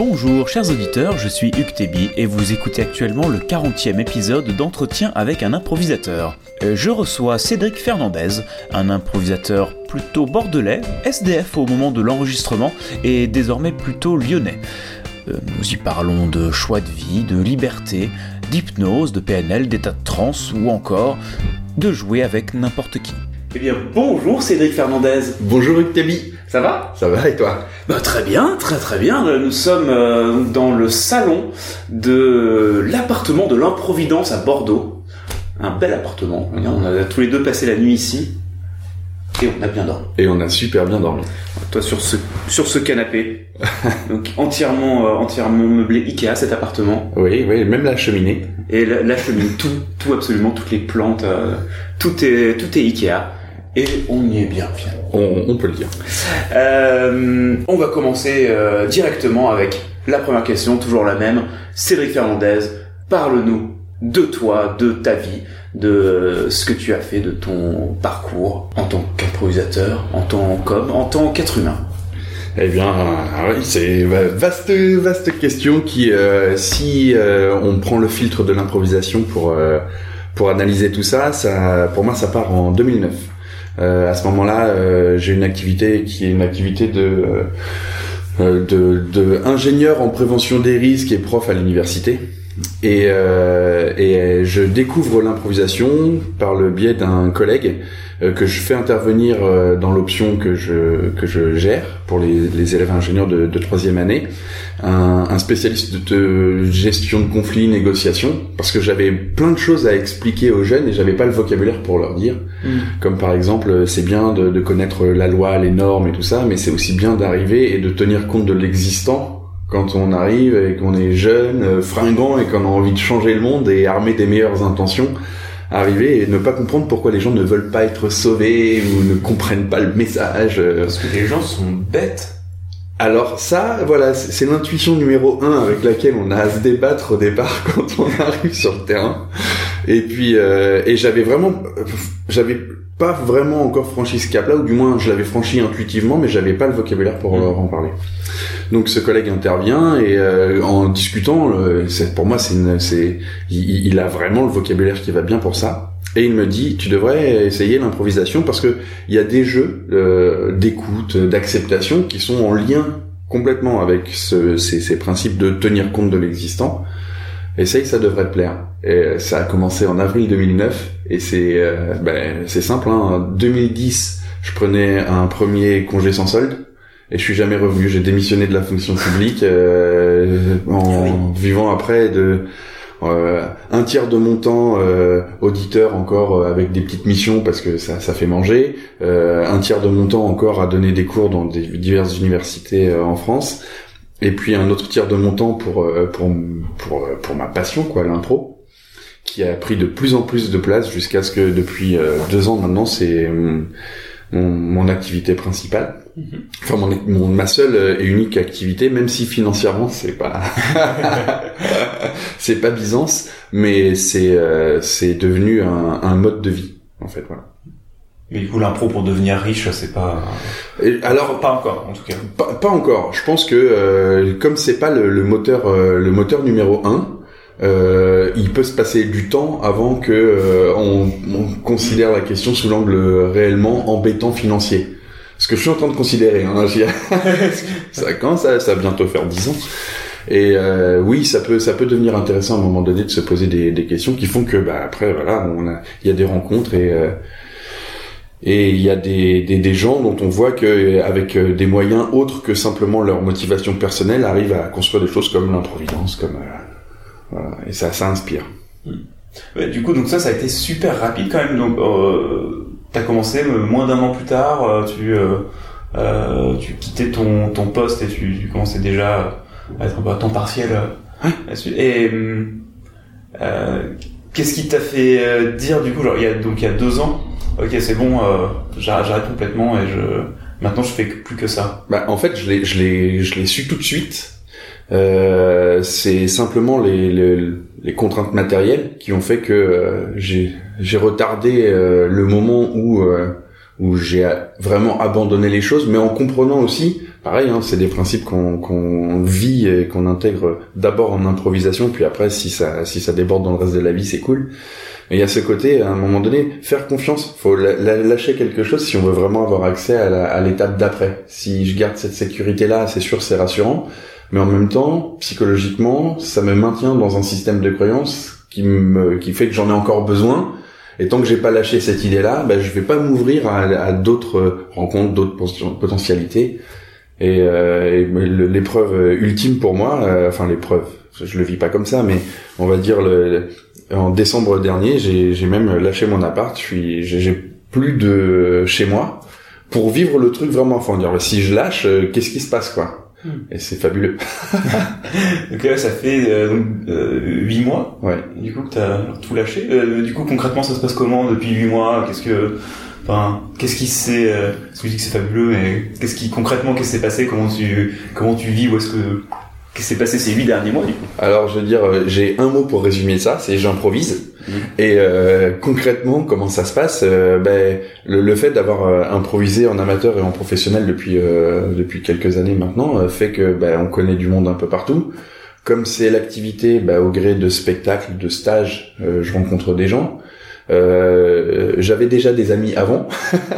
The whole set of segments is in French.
Bonjour chers auditeurs, je suis Hugues Tébi et vous écoutez actuellement le 40e épisode d'Entretien avec un improvisateur. Je reçois Cédric Fernandez, un improvisateur plutôt bordelais, SDF au moment de l'enregistrement et désormais plutôt lyonnais. Nous y parlons de choix de vie, de liberté, d'hypnose, de PNL, d'état de transe ou encore de jouer avec n'importe qui. Eh bien, bonjour Cédric Fernandez. Bonjour Hugues Tébi. Ça va ? Ça va et toi ? Très bien, très bien. Nous sommes dans le salon de l'appartement de l'Improvidence à Bordeaux. Un bel appartement. Regarde, on a tous les deux passé la nuit ici. Et on a bien dormi. Et on a super bien dormi. Toi sur ce canapé. Donc entièrement meublé Ikea cet appartement. Oui, même la cheminée. Et la cheminée, tout absolument, toutes les plantes, tout est Ikea. Et on y est bien, finalement. On peut le dire. On va commencer directement avec la première question, toujours la même. Cédric Fernandez, parle-nous de toi, de ta vie, de ce que tu as fait, de ton parcours en tant qu'improvisateur, en tant qu'être humain. Eh bien, oui, c'est vaste question qui, si on prend le filtre de l'improvisation pour analyser tout ça, pour moi, ça part en 2009. À ce moment-là, j'ai une activité qui est une activité de ingénieur en prévention des risques et prof à l'université. Et je découvre l'improvisation par le biais d'un collègue que je fais intervenir dans l'option que je gère pour les élèves ingénieurs de troisième année, un spécialiste de gestion de conflits, négociation, parce que j'avais plein de choses à expliquer aux jeunes et j'avais pas le vocabulaire pour leur dire, comme par exemple c'est bien de connaître la loi, les normes et tout ça, mais c'est aussi bien d'arriver et de tenir compte de l'existant quand on arrive et qu'on est jeune, fringant et qu'on a envie de changer le monde et armé des meilleures intentions, arriver et ne pas comprendre pourquoi les gens ne veulent pas être sauvés ou ne comprennent pas le message. Parce que les gens sont bêtes. Alors ça, voilà, c'est l'intuition numéro 1 avec laquelle on a à se débattre au départ quand on arrive sur le terrain. Et puis, j'avais pas vraiment encore franchi ce cap-là, ou du moins je l'avais franchi intuitivement, mais j'avais pas le vocabulaire pour en parler. Donc ce collègue intervient et en discutant, pour moi il a vraiment le vocabulaire qui va bien pour ça. Et il me dit, tu devrais essayer l'improvisation parce que il y a des jeux d'écoute, d'acceptation qui sont en lien complètement avec ces principes de tenir compte de l'existant. Essaye, ça devrait te plaire. Et ça a commencé en avril 2009 et c'est simple. En 2010, je prenais un premier congé sans solde et je suis jamais revenu. J'ai démissionné de la fonction publique en vivant après un tiers de mon temps auditeur encore avec des petites missions parce que ça fait manger, un tiers de mon temps encore à donner des cours dans diverses universités en France. Et puis un autre tiers de mon temps pour ma passion, quoi, l'impro, qui a pris de plus en plus de place jusqu'à ce que depuis 2 ans maintenant, c'est mon activité principale. Enfin ma seule et unique activité, même si financièrement c'est pas c'est pas Byzance, mais c'est devenu un mode de vie en fait, voilà. Mais du coup, l'impro pour devenir riche, c'est pas... Alors, pas encore, en tout cas. Pas encore. Je pense que comme c'est pas le moteur numéro 1, il peut se passer du temps avant que on considère la question sous l'angle réellement embêtant financier. Ce que je suis en train de considérer. Ça commence à bientôt faire 10 ans. Et oui, ça peut devenir intéressant à un moment donné de se poser des questions qui font que après voilà, il y a des rencontres et il y a des gens dont on voit que avec des moyens autres que simplement leur motivation personnelle arrivent à construire des choses comme l'improvidence, comme voilà, et ça inspire. Ouais, du coup, donc ça a été super rapide quand même. Donc t'as commencé moins d'1 an plus tard, tu quittais ton poste et tu commençais déjà à être un peu à temps partiel là-dessus. Et qu'est-ce qui t'a fait dire du coup, genre il y a 2 ans, ok, c'est bon, j'arrête complètement et maintenant je fais plus que ça. En fait, je l'ai su tout de suite. C'est simplement les contraintes matérielles qui ont fait que j'ai retardé le moment où où j'ai vraiment abandonné les choses, mais en comprenant aussi, pareil, hein, c'est des principes qu'on vit et qu'on intègre d'abord en improvisation, puis après, si ça déborde dans le reste de la vie, c'est cool. Mais il y a ce côté, à un moment donné, faire confiance. Faut lâcher quelque chose si on veut vraiment avoir accès à l'étape d'après. Si je garde cette sécurité-là, c'est sûr, c'est rassurant. Mais en même temps, psychologiquement, ça me maintient dans un système de croyance qui fait que j'en ai encore besoin. Et tant que j'ai pas lâché cette idée-là, je vais pas m'ouvrir à d'autres rencontres, d'autres potentialités. Et l'épreuve ultime pour moi, l'épreuve, je le vis pas comme ça, mais on va dire en décembre dernier, j'ai même lâché mon appart. J'ai plus de chez moi pour vivre le truc vraiment à fond. Dire si je lâche, qu'est-ce qui se passe quoi? Et c'est fabuleux. Donc là, ça fait 8 mois. Ouais. Du coup, que t'as tout lâché. Du coup, concrètement, ça se passe comment depuis 8 mois? Qu'est-ce qui s'est... Parce que je dis que c'est fabuleux, mais qu'est-ce qui s'est passé? Comment tu vis? Qu'est-ce qui s'est passé ces 8 derniers mois, du coup? Alors, je veux dire, j'ai un mot pour résumer ça, c'est j'improvise. Et concrètement, comment ça se passe? Le fait d'avoir improvisé en amateur et en professionnel depuis quelques années maintenant fait que on connaît du monde un peu partout. Comme c'est l'activité, au gré de spectacles, de stages, je rencontre des gens. J'avais déjà des amis avant.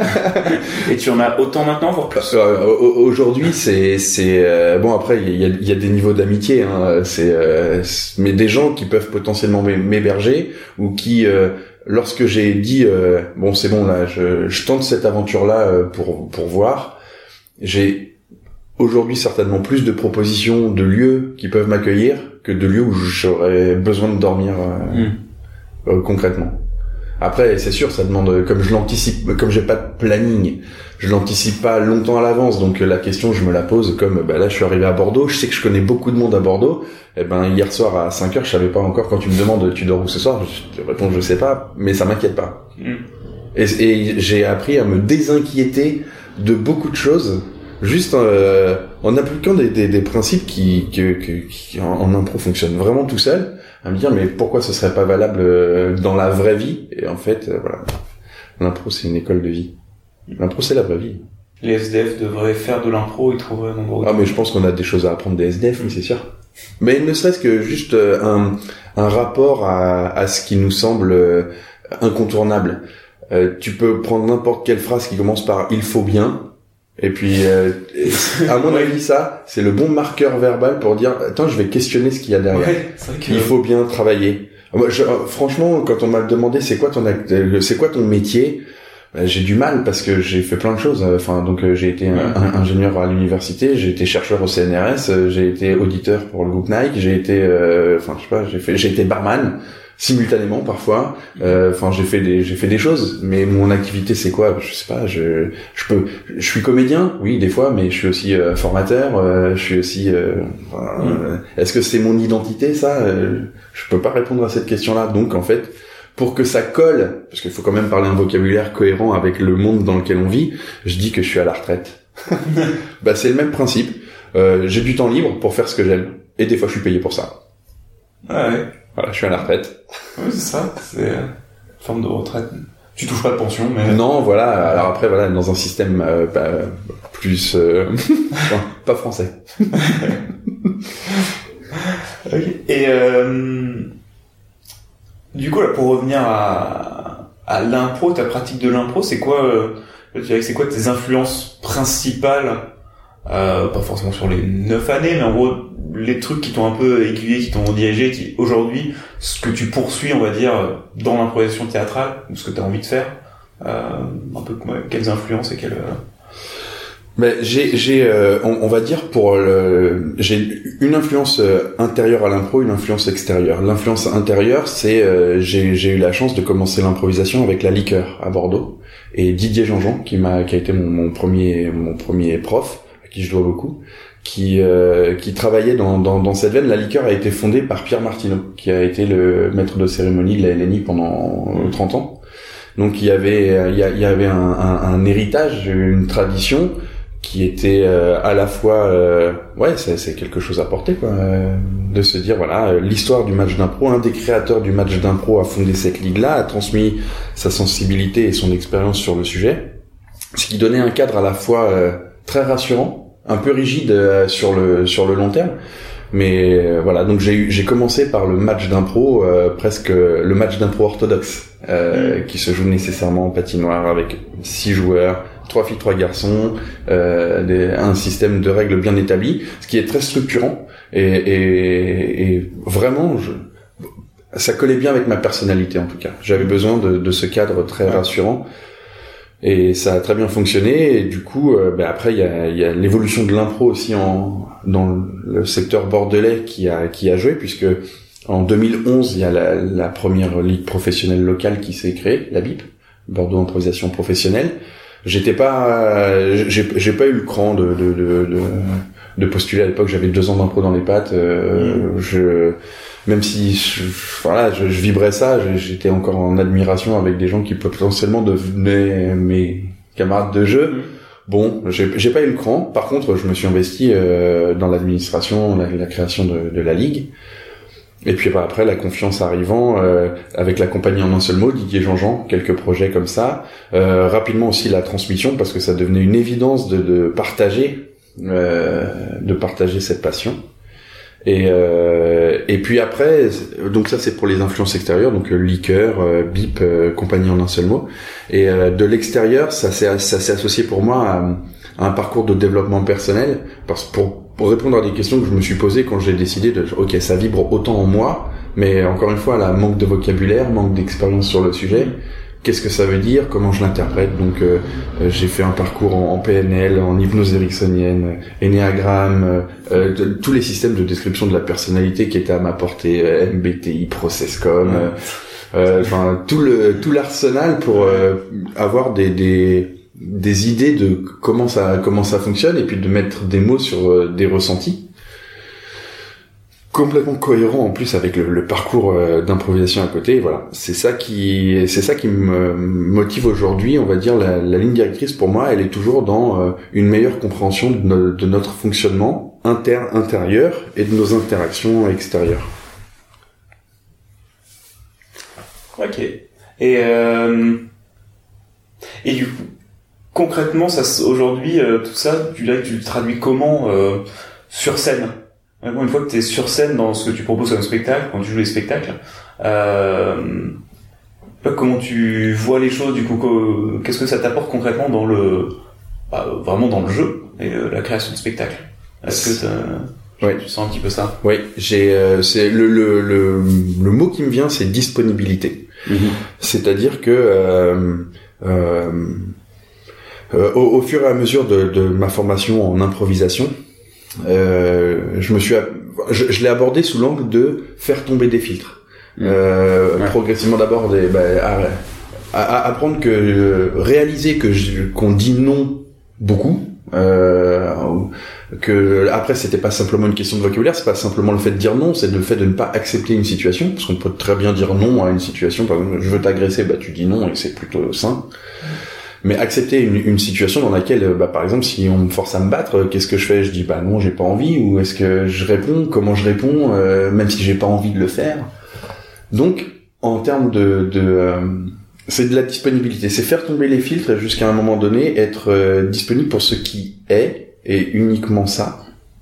Et tu en as autant maintenant, voire plus? Aujourd'hui, c'est bon. Après, il y a des niveaux d'amitié. Hein, mais des gens qui peuvent potentiellement m'héberger ou qui, lorsque j'ai dit bon, c'est bon là, je tente cette aventure-là pour voir. J'ai aujourd'hui certainement plus de propositions de lieux qui peuvent m'accueillir que de lieux où j'aurais besoin de dormir concrètement. Après, c'est sûr, ça demande, comme j'ai pas de planning, je l'anticipe pas longtemps à l'avance, donc la question, je me la pose comme, là, je suis arrivé à Bordeaux, je sais que je connais beaucoup de monde à Bordeaux, hier soir à 5h, je savais pas encore, quand tu me demandes, tu dors où ce soir, je te réponds, je sais pas, mais ça m'inquiète pas. Et j'ai appris à me désinquiéter de beaucoup de choses, juste en appliquant des principes qui en impro fonctionnent vraiment tout seul, à me dire mais pourquoi ce serait pas valable dans la vraie vie? Et en fait, voilà, l'impro c'est une école de vie. L'impro c'est la vraie vie. Les SDF devraient faire de l'impro et trouver un endroit. Ah mais je pense qu'on a des choses à apprendre des SDF, oui c'est sûr. Mais ne serait-ce que juste un rapport à ce qui nous semble incontournable. Tu peux prendre n'importe quelle phrase qui commence par il faut bien. Et puis, à mon avis, ça, c'est le bon marqueur verbal pour dire, attends, je vais questionner ce qu'il y a derrière. Ouais, c'est vrai que... Il faut bien travailler. Moi, franchement, quand on m'a demandé c'est quoi ton métier, j'ai du mal parce que j'ai fait plein de choses. Donc j'ai été ingénieur à l'université, j'ai été chercheur au CNRS, j'ai été auditeur pour le groupe Nike, j'ai été, j'ai été barman. Simultanément parfois, j'ai fait des choses, mais mon activité c'est quoi? Je sais pas, je suis comédien, oui des fois, mais je suis aussi formateur, je suis aussi est-ce que c'est mon identité ça? Je peux pas répondre à cette question-là. Donc en fait, pour que ça colle, parce qu'il faut quand même parler un vocabulaire cohérent avec le monde dans lequel on vit, je dis que je suis à la retraite. C'est le même principe. J'ai du temps libre pour faire ce que j'aime, et des fois je suis payé pour ça. Ah ouais. Voilà, je suis à la retraite. Oui, c'est ça, c'est une forme de retraite. Tu touches pas de pension, mais... Non, voilà, alors après, voilà, dans un système plus... pas français. Okay. Et du coup, là, pour revenir à l'impro, ta pratique de l'impro, c'est quoi, je dirais que c'est quoi tes influences principales, pas forcément sur les 9 années, mais en gros, les trucs qui t'ont un peu aiguillé, qui t'ont dirigé, qui aujourd'hui, ce que tu poursuis, on va dire, dans l'improvisation théâtrale, ou ce que t'as envie de faire, un peu quelles influences et quelles... on va dire j'ai une influence intérieure à l'impro, une influence extérieure. L'influence intérieure, c'est j'ai eu la chance de commencer l'improvisation avec La Liqueur à Bordeaux et Didier Jean-Jean qui a été mon premier prof, à qui je dois beaucoup, qui travaillait dans cette veine. La Liqueur a été fondée par Pierre Martineau, qui a été le maître de cérémonie de la LNI pendant 30 ans. Donc il y avait un héritage, une tradition qui était à la fois c'est quelque chose à porter quoi, de se dire voilà, l'histoire du match d'impro, un des créateurs du match d'impro a fondé cette ligue-là, a transmis sa sensibilité et son expérience sur le sujet. ce qui donnait un cadre à la fois très rassurant, un peu rigide sur le long terme. Mais voilà, donc j'ai commencé par le match d'impro, presque le match d'impro orthodoxe, qui se joue nécessairement en patinoire avec 6 joueurs, 3 filles, 3 garçons, un système de règles bien établi, ce qui est très structurant et vraiment ça collait bien avec ma personnalité en tout cas. J'avais besoin de ce cadre très rassurant. Et ça a très bien fonctionné, et du coup, après il y a l'évolution de l'impro aussi dans le secteur bordelais qui a joué, puisque en 2011 il y a la première ligue professionnelle locale qui s'est créée, la BIP, Bordeaux Improvisation Professionnelle. J'ai pas eu le cran de postuler à l'époque. J'avais 2 ans d'impro dans les pattes. Même si je vibrais ça, j'étais encore en admiration avec des gens qui potentiellement devenaient mes camarades de jeu. Bon, j'ai pas eu le cran. Par contre, je me suis investi dans l'administration, la création de la ligue. Et puis après, la confiance arrivant, avec la compagnie en un seul mot, Didier Jean-Jean, quelques projets comme ça. Rapidement aussi la transmission, parce que ça devenait une évidence de partager cette passion. Et puis après, donc ça c'est pour les influences extérieures, donc liqueur, BIP, compagnie en un seul mot. Et de l'extérieur, ça s'est associé pour moi à un parcours de développement personnel, parce que pour répondre à des questions que je me suis posées quand j'ai décidé ok, ça vibre autant en moi, mais encore une fois, là, manque de vocabulaire, manque d'expérience sur le sujet. Qu'est-ce que ça veut dire? Comment je l'interprète? Donc, j'ai fait un parcours en PNL, en hypnose ericksonienne, énéagramme, tous les systèmes de description de la personnalité qui étaient à ma portée, MBTI, ProcessCom, enfin tout l'arsenal pour avoir des idées de comment ça fonctionne, et puis de mettre des mots sur des ressentis. Complètement cohérent en plus avec le parcours d'improvisation à côté. Et voilà, c'est ça qui me motive aujourd'hui. On va dire la ligne directrice pour moi, elle est toujours dans une meilleure compréhension de notre fonctionnement intérieur et de nos interactions extérieures. Ok. Et du coup, concrètement, aujourd'hui, tout ça, tu le traduis comment sur scène? Une fois que tu es sur scène dans ce que tu proposes comme spectacle, quand tu joues les spectacles, comment tu vois les choses, du coup, qu'est-ce que ça t'apporte concrètement vraiment dans le jeu et la création de spectacle? Est-ce que tu sens un petit peu ça? Oui, c'est le mot qui me vient, c'est disponibilité. C'est-à-dire que au fur et à mesure de ma formation en improvisation, je l'ai abordé sous l'angle de faire tomber des filtres. Progressivement d'abord apprendre réaliser qu'on dit non beaucoup, que après c'était pas simplement une question de vocabulaire, c'est pas simplement le fait de dire non, c'est le fait de ne pas accepter une situation, parce qu'on peut très bien dire non à une situation. Par exemple, je veux t'agresser, tu dis non et c'est plutôt sain. Mais accepter une situation dans laquelle, par exemple, si on me force à me battre, qu'est-ce que je fais? Je dis non, j'ai pas envie, ou est-ce que je réponds? Comment je réponds, même si j'ai pas envie de le faire? Donc, en termes c'est de la disponibilité, c'est faire tomber les filtres et jusqu'à un moment donné être disponible pour ce qui est, et uniquement ça.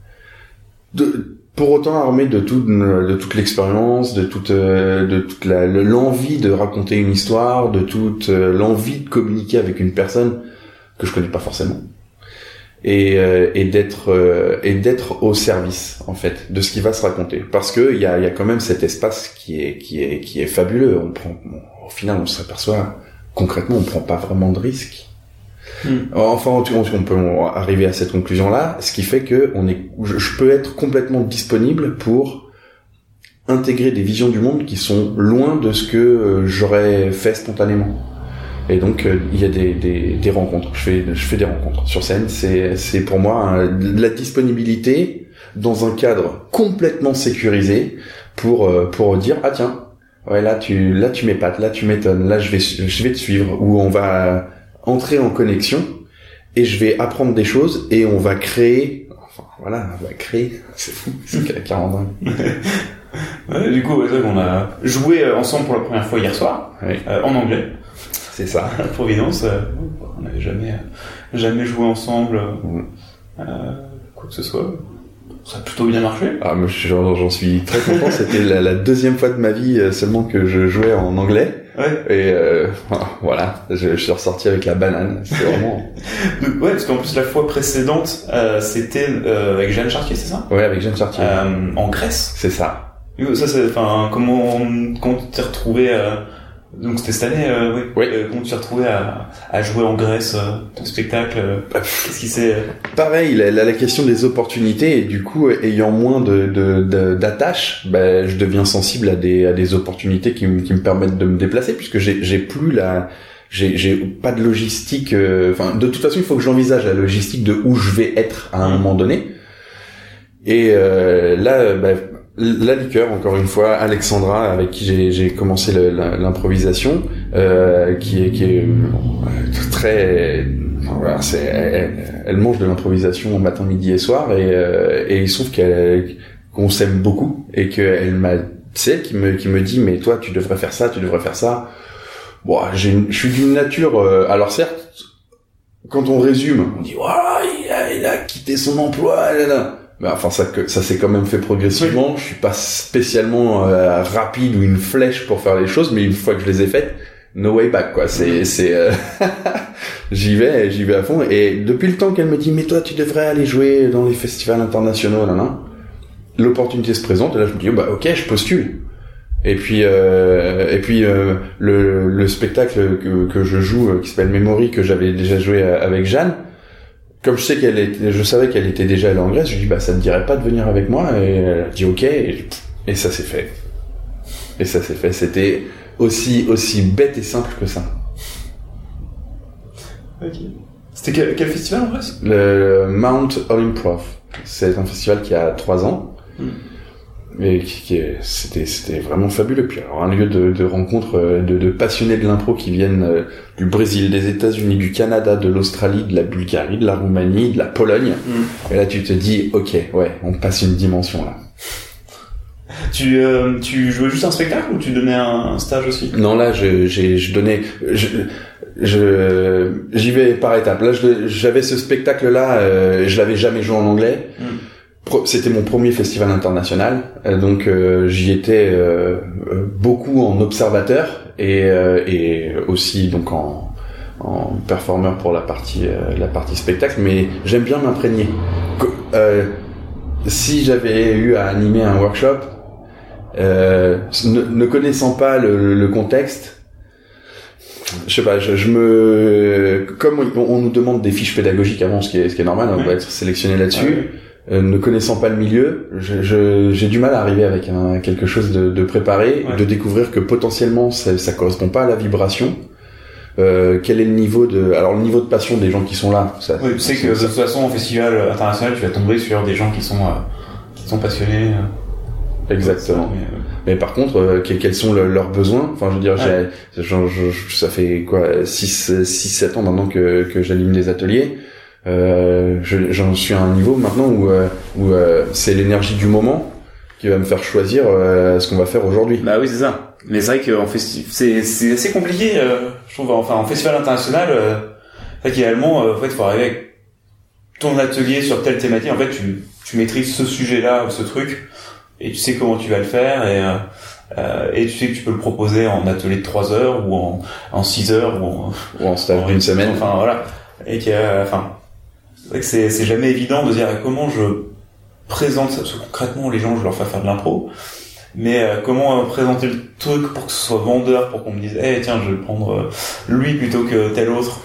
Pour autant armé de toute l'expérience, de toute l'envie de raconter une histoire, de toute l'envie de communiquer avec une personne que je connais pas forcément, et d'être au service en fait de ce qui va se raconter, parce que il y a quand même cet espace qui est fabuleux. Au final, on s'aperçoit concrètement, on prend pas vraiment de risques. Enfin, on peut arriver à cette conclusion-là, ce qui fait que je peux être complètement disponible pour intégrer des visions du monde qui sont loin de ce que j'aurais fait spontanément. Et donc, il y a des rencontres. Je fais des rencontres sur scène. C'est pour moi de la disponibilité dans un cadre complètement sécurisé pour dire tiens, ouais, là tu m'épates, là tu m'étonnes, là je vais te suivre, ou on va entrer en connexion et je vais apprendre des choses et on va créer, c'est fou, c'est 40 ans. Ouais, du coup, on a joué ensemble pour la première fois hier soir, en anglais. C'est ça. À Providence, on avait n'avait jamais joué ensemble, quoi que ce soit. Ça a plutôt bien marché. Ah, moi, j'en suis très content. C'était la deuxième fois de ma vie seulement que je jouais en anglais. Ouais. Et voilà, je suis ressorti avec la banane. C'était vraiment... Ouais, parce qu'en plus la fois précédente, c'était avec Jeanne Chartier, c'est ça? Ouais, avec Jeanne Chartier. En Grèce. C'est ça. Ça, c'est, enfin, comment tu t'es retrouvé donc c'était cette année, oui. Comment tu t'es retrouvé à jouer en Grèce ton spectacle qu'est-ce qui s'est... Pareil, la question des opportunités, et du coup, ayant moins d'attaches, je deviens sensible à des opportunités qui me permettent de me déplacer, puisque j'ai pas de logistique. Enfin, de toute façon, il faut que j'envisage la logistique de où je vais être à un moment donné. Et la liqueur, encore une fois, Alexandra, avec qui j'ai commencé l'improvisation, qui est très, voilà, elle mange de l'improvisation matin, midi et soir, et il se trouve qu'on s'aime beaucoup, et c'est elle qui me dit, mais toi, tu devrais faire ça, tu devrais faire ça. Bon, je suis d'une nature, alors certes, quand on résume, on dit, voilà, il a quitté son emploi, là. Mais enfin, ça s'est quand même fait progressivement. Oui. Je suis pas spécialement rapide ou une flèche pour faire les choses, mais une fois que je les ai faites, no way back, quoi. J'y vais à fond. Et depuis le temps qu'elle me dit, mais toi, tu devrais aller jouer dans les festivals internationaux, l'opportunité se présente, et là, je me dis, ok, je postule. Et puis le spectacle que je joue, qui s'appelle Memory, que j'avais déjà joué avec Jeanne, comme je savais qu'elle était déjà allée en Grèce, je lui dis, ça te dirait pas de venir avec moi? Et elle a dit ok, et ça s'est fait. C'était aussi bête et simple que ça. Ok. C'était quel festival en Grèce? Le Mount Olimprov. C'est un festival qui a 3 ans. Et c'était vraiment fabuleux. Puis alors, un lieu de rencontre de passionnés de l'impro qui viennent du Brésil, des États-Unis, du Canada, de l'Australie, de la Bulgarie, de la Roumanie, de la Pologne. Et là, tu te dis, ok, ouais, on passe une dimension là. Tu jouais juste un spectacle ou tu donnais un stage aussi? Non, là, je donnais, j'y vais par étapes. Là, j'avais ce spectacle-là, je l'avais jamais joué en anglais. C'était mon premier festival international, donc j'y étais beaucoup en observateur et aussi donc en performeur pour la partie spectacle, mais j'aime bien m'imprégner. Si j'avais eu à animer un workshop, ne connaissant pas le contexte, je sais pas, comme on nous demande des fiches pédagogiques avant, ce qui est normal, on va être sélectionné là-dessus. Ne connaissant pas le milieu, j'ai du mal à arriver avec quelque chose de préparé, de découvrir que potentiellement ça correspond pas à la vibration. Quel est le niveau de passion des gens qui sont là? Oui, tu sais que de toute façon au festival international, tu vas tomber sur des gens qui sont passionnés. Exactement. Mais par contre, quels sont leurs besoins? Enfin, je veux dire, ça fait quoi, 6-7 ans maintenant que j'anime des ateliers. J'en suis à un niveau maintenant où c'est l'énergie du moment qui va me faire choisir ce qu'on va faire aujourd'hui. Bah oui, c'est ça. Mais c'est vrai qu'en c'est assez compliqué, je trouve. Enfin, en festival international, idéalement, en fait, faut arriver avec ton atelier sur telle thématique. En fait, tu maîtrises ce sujet-là ou ce truc, et tu sais comment tu vas le faire, et tu sais que tu peux le proposer en atelier de 3 heures ou en 6 heures ou en stage d'une semaine. Enfin voilà, et c'est vrai que c'est jamais évident de dire comment je présente ça, parce que concrètement les gens je leur fais faire de l'impro, mais comment présenter le truc pour que ce soit vendeur, pour qu'on me dise tiens je vais prendre lui plutôt que tel autre,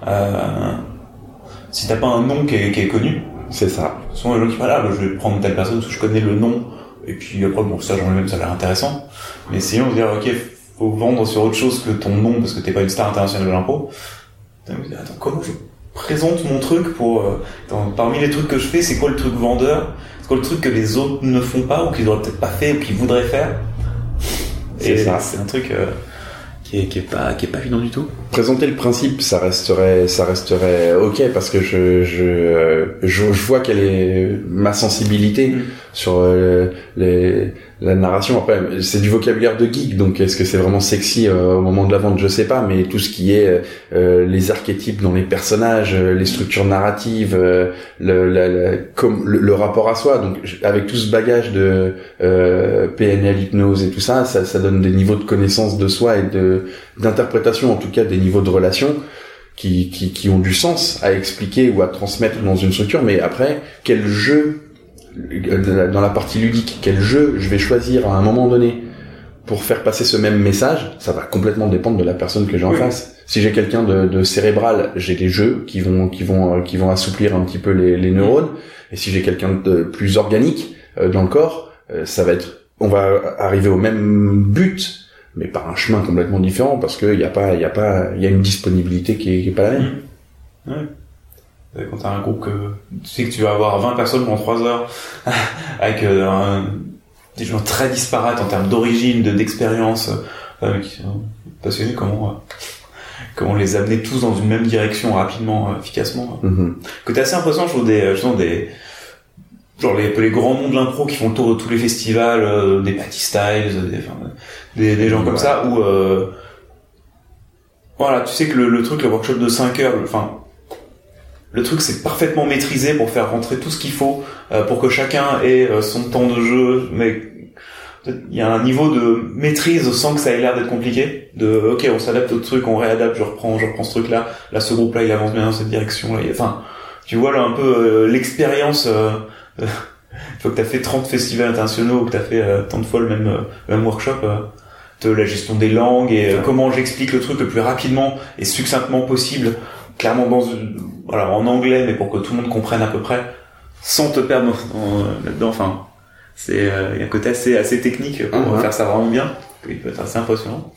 si t'as pas un nom qui est connu, c'est ça. Souvent les gens qui parlent je vais prendre telle personne parce que je connais le nom, et puis après bon ça en lui-même ça a l'air intéressant, mais sinon on va dire ok faut vendre sur autre chose que ton nom parce que t'es pas une star internationale de l'impro. Attends, comment je présente mon truc parmi les trucs que je fais, c'est quoi le truc vendeur, c'est quoi le truc que les autres ne font pas ou qu'ils auraient peut-être pas fait ou qu'ils voudraient faire, et c'est un truc qui est pas évident du tout. Présenter le principe, ça resterait ok, parce que je vois quelle est ma sensibilité sur la narration. Après, c'est du vocabulaire de geek, donc est-ce que c'est vraiment sexy au moment de la vente, je sais pas, mais tout ce qui est les archétypes dans les personnages, les structures narratives, le rapport à soi, donc avec tout ce bagage de PNL, hypnose et tout ça, ça donne des niveaux de connaissance de soi et d'interprétation, en tout cas des niveaux de relation qui ont du sens à expliquer ou à transmettre dans une structure. Mais après, quel jeu, dans la partie ludique, quel jeu je vais choisir à un moment donné pour faire passer ce même message, ça va complètement dépendre de la personne que j'ai en face. Si j'ai quelqu'un de cérébral, j'ai des jeux qui vont assouplir un petit peu les neurones. Et si j'ai quelqu'un de plus organique dans le corps, on va arriver au même but, mais par un chemin complètement différent, parce que il y a une disponibilité qui est pas la même. Ouais. Quand t'as un groupe que tu sais que tu vas avoir 20 personnes pendant 3 heures avec des gens très disparates en termes d'origine, d'expérience, qui sont passionnés, comment les amener tous dans une même direction rapidement, efficacement. Que t'es assez impressionnant, je trouve genre les grands noms de l'impro qui font le tour de tous les festivals, des Patty Styles, des gens comme ça, où voilà, tu sais que le workshop de 5 heures, le truc c'est parfaitement maîtrisé pour faire rentrer tout ce qu'il faut pour que chacun ait son temps de jeu, mais il y a un niveau de maîtrise sans que ça ait l'air d'être compliqué, ok, on s'adapte au truc, on réadapte, je reprends ce truc là ce groupe là il avance bien dans cette direction là, tu vois là un peu l'expérience. Une fois que t'as fait 30 festivals internationaux, que t'as fait tant de fois le même workshop, de la gestion des langues et comment j'explique le truc le plus rapidement et succinctement possible, clairement en anglais, mais pour que tout le monde comprenne à peu près, sans te perdre là-dedans. Il y a un côté assez technique pour faire ça vraiment bien, qui peut être assez impressionnant.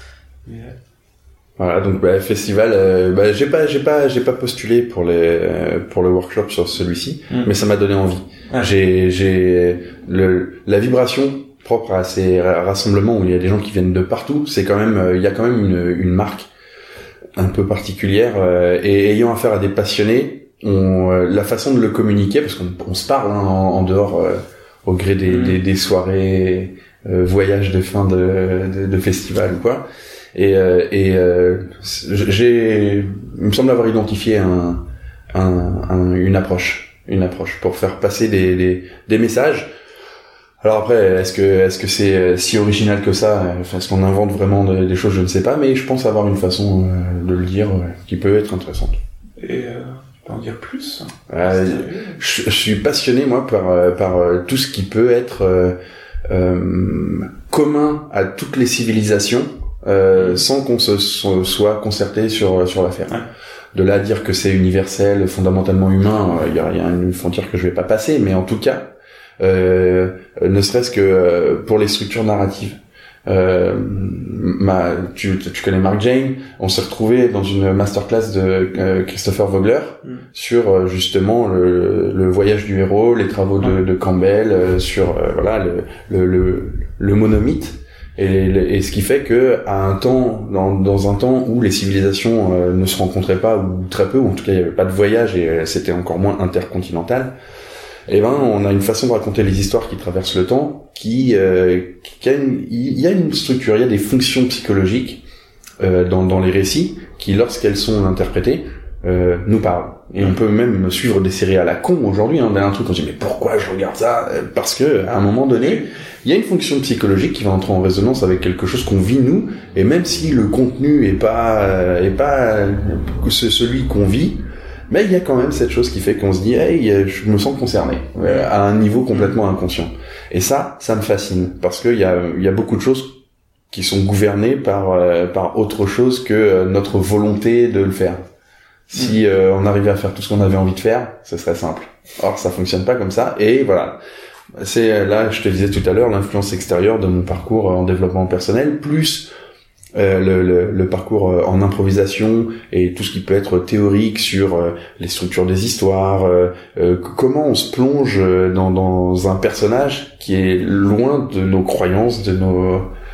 Voilà, donc festival, j'ai pas postulé pour le workshop sur celui-ci, mais ça m'a donné envie. J'ai la vibration propre à ces rassemblements où il y a des gens qui viennent de partout, c'est quand même il y a quand même une marque un peu particulière, et ayant affaire à des passionnés, la façon de le communiquer, parce qu'on se parle en dehors au gré des soirées, voyages de fin de festival ou quoi. Et il me semble avoir identifié une approche pour faire passer des messages. Alors après, est-ce que c'est si original que ça? Est-ce qu'on invente vraiment des choses? Je ne sais pas, mais je pense avoir une façon de le dire qui peut être intéressante. Et tu peux en dire plus? Je suis passionné moi par tout ce qui peut être commun à toutes les civilisations. Sans qu'on se soit concerté sur l'affaire. De là à dire que c'est universel, fondamentalement humain, il y a une frontière que je vais pas passer, mais en tout cas, ne serait-ce que pour les structures narratives. Tu connais Mark Jane, on s'est retrouvé dans une masterclass de Christopher Vogler sur justement le voyage du héros, les travaux de Campbell, sur le monomythe. Et ce qui fait que à un temps, dans un temps où les civilisations ne se rencontraient pas, ou très peu, ou en tout cas il n'y avait pas de voyage et c'était encore moins intercontinental, on a une façon de raconter les histoires qui traversent le temps, il y a une structure, il y a des fonctions psychologiques dans les récits qui, lorsqu'elles sont interprétées, nous parlent. Et on peut même suivre des séries à la con aujourd'hui, on a un truc, on se dit mais pourquoi je regarde ça? Parce que à un moment donné, il y a une fonction psychologique qui va entrer en résonance avec quelque chose qu'on vit nous, et même si le contenu est pas celui qu'on vit, mais il y a quand même cette chose qui fait qu'on se dit hey, je me sens concerné à un niveau complètement inconscient. Et ça me fascine parce que il y a beaucoup de choses qui sont gouvernées par autre chose que notre volonté de le faire. Si on arrivait à faire tout ce qu'on avait envie de faire, ce serait simple. Or ça fonctionne pas comme ça, et voilà. C'est là, je te disais tout à l'heure, l'influence extérieure de mon parcours en développement personnel, plus le parcours en improvisation et tout ce qui peut être théorique sur les structures des histoires, comment on se plonge dans un personnage qui est loin de nos croyances, de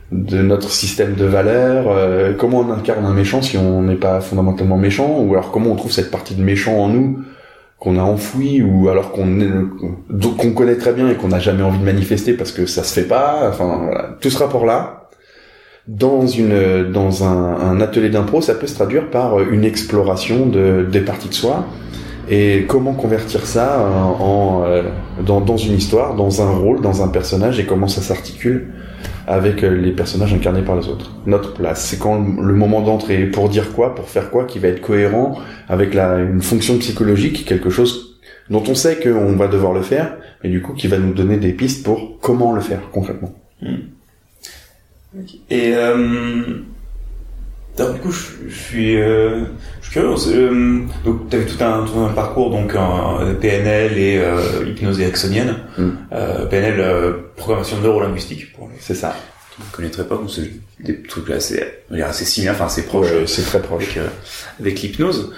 notre système de valeurs, comment on incarne un méchant si on n'est pas fondamentalement méchant, ou alors comment on trouve cette partie de méchant en nous qu'on a enfouie, ou alors qu'on connaît très bien et qu'on n'a jamais envie de manifester parce que ça se fait pas. Enfin voilà, tout ce rapport-là, dans un atelier d'impro, ça peut se traduire par une exploration des parties de soi. Et comment convertir ça dans une histoire, dans un rôle, dans un personnage, et comment ça s'articule avec les personnages incarnés par les autres. Notre place, c'est quand le moment d'entrée, pour dire quoi, pour faire quoi, qui va être cohérent avec une fonction psychologique, quelque chose dont on sait qu'on va devoir le faire, mais du coup qui va nous donner des pistes pour comment le faire concrètement. Et alors, du coup, je suis curieux. Donc, tu avais tout un parcours, donc PNL et hypnose ericksonienne. PNL, programmation neurolinguistique. C'est ça. Je ne connaîtrais pas, donc c'est des trucs assez similaires, enfin assez proches. Ouais, c'est très proche. Avec l'hypnose.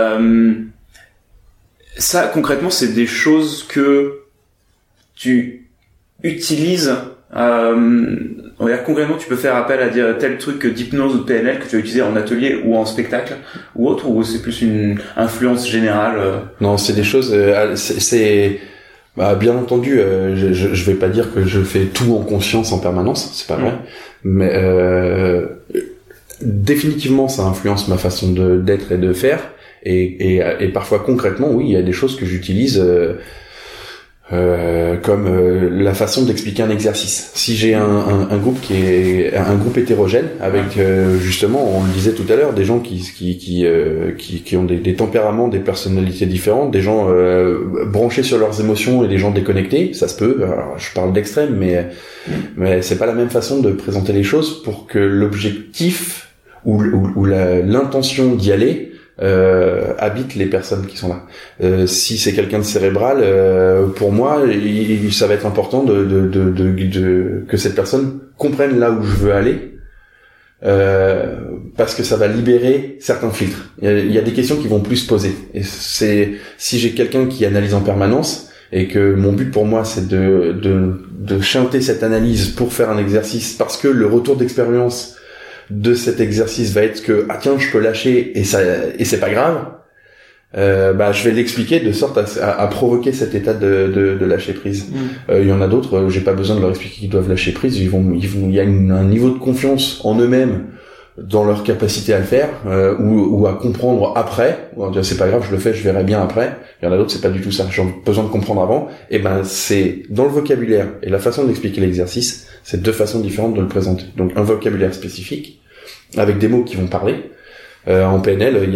Ça, concrètement, c'est des choses que tu utilises. On va dire concrètement, tu peux faire appel à dire tel truc d'hypnose ou de PNL que tu vas utiliser en atelier ou en spectacle ou autre, ou c'est plus une influence générale? Non, c'est des choses. Bien entendu, je vais pas dire que je fais tout en conscience en permanence, c'est pas vrai, mais définitivement ça influence ma façon d'être et de faire, et parfois concrètement, oui, il y a des choses que j'utilise. Comme la façon d'expliquer un exercice. Si j'ai un groupe qui est un groupe hétérogène avec justement, on le disait tout à l'heure, des gens qui ont des tempéraments, des personnalités différentes, des gens branchés sur leurs émotions et des gens déconnectés, ça se peut. Alors, je parle d'extrême, mais c'est pas la même façon de présenter les choses pour que l'objectif ou l'intention d'y aller habite les personnes qui sont là. Si c'est quelqu'un de cérébral, pour moi, ça va être important que cette personne comprenne là où je veux aller, parce que ça va libérer certains filtres. Il y a des questions qui vont plus se poser. Et si j'ai quelqu'un qui analyse en permanence et que mon but pour moi c'est de chanter cette analyse pour faire un exercice, parce que le retour d'expérience de cet exercice va être que tiens, je peux lâcher et c'est pas grave, je vais l'expliquer de sorte à provoquer cet état de lâcher prise. Il y en a d'autres, j'ai pas besoin de leur expliquer qu'ils doivent lâcher prise, il y a un niveau de confiance en eux-mêmes, dans leur capacité à le faire, ou à comprendre après. C'est pas grave, je le fais, je verrai bien après. Il y en a d'autres, c'est pas du tout ça, j'ai besoin de comprendre avant. Et c'est dans le vocabulaire et la façon d'expliquer l'exercice, c'est deux façons différentes de le présenter. Donc un vocabulaire spécifique avec des mots qui vont parler. En PNL, il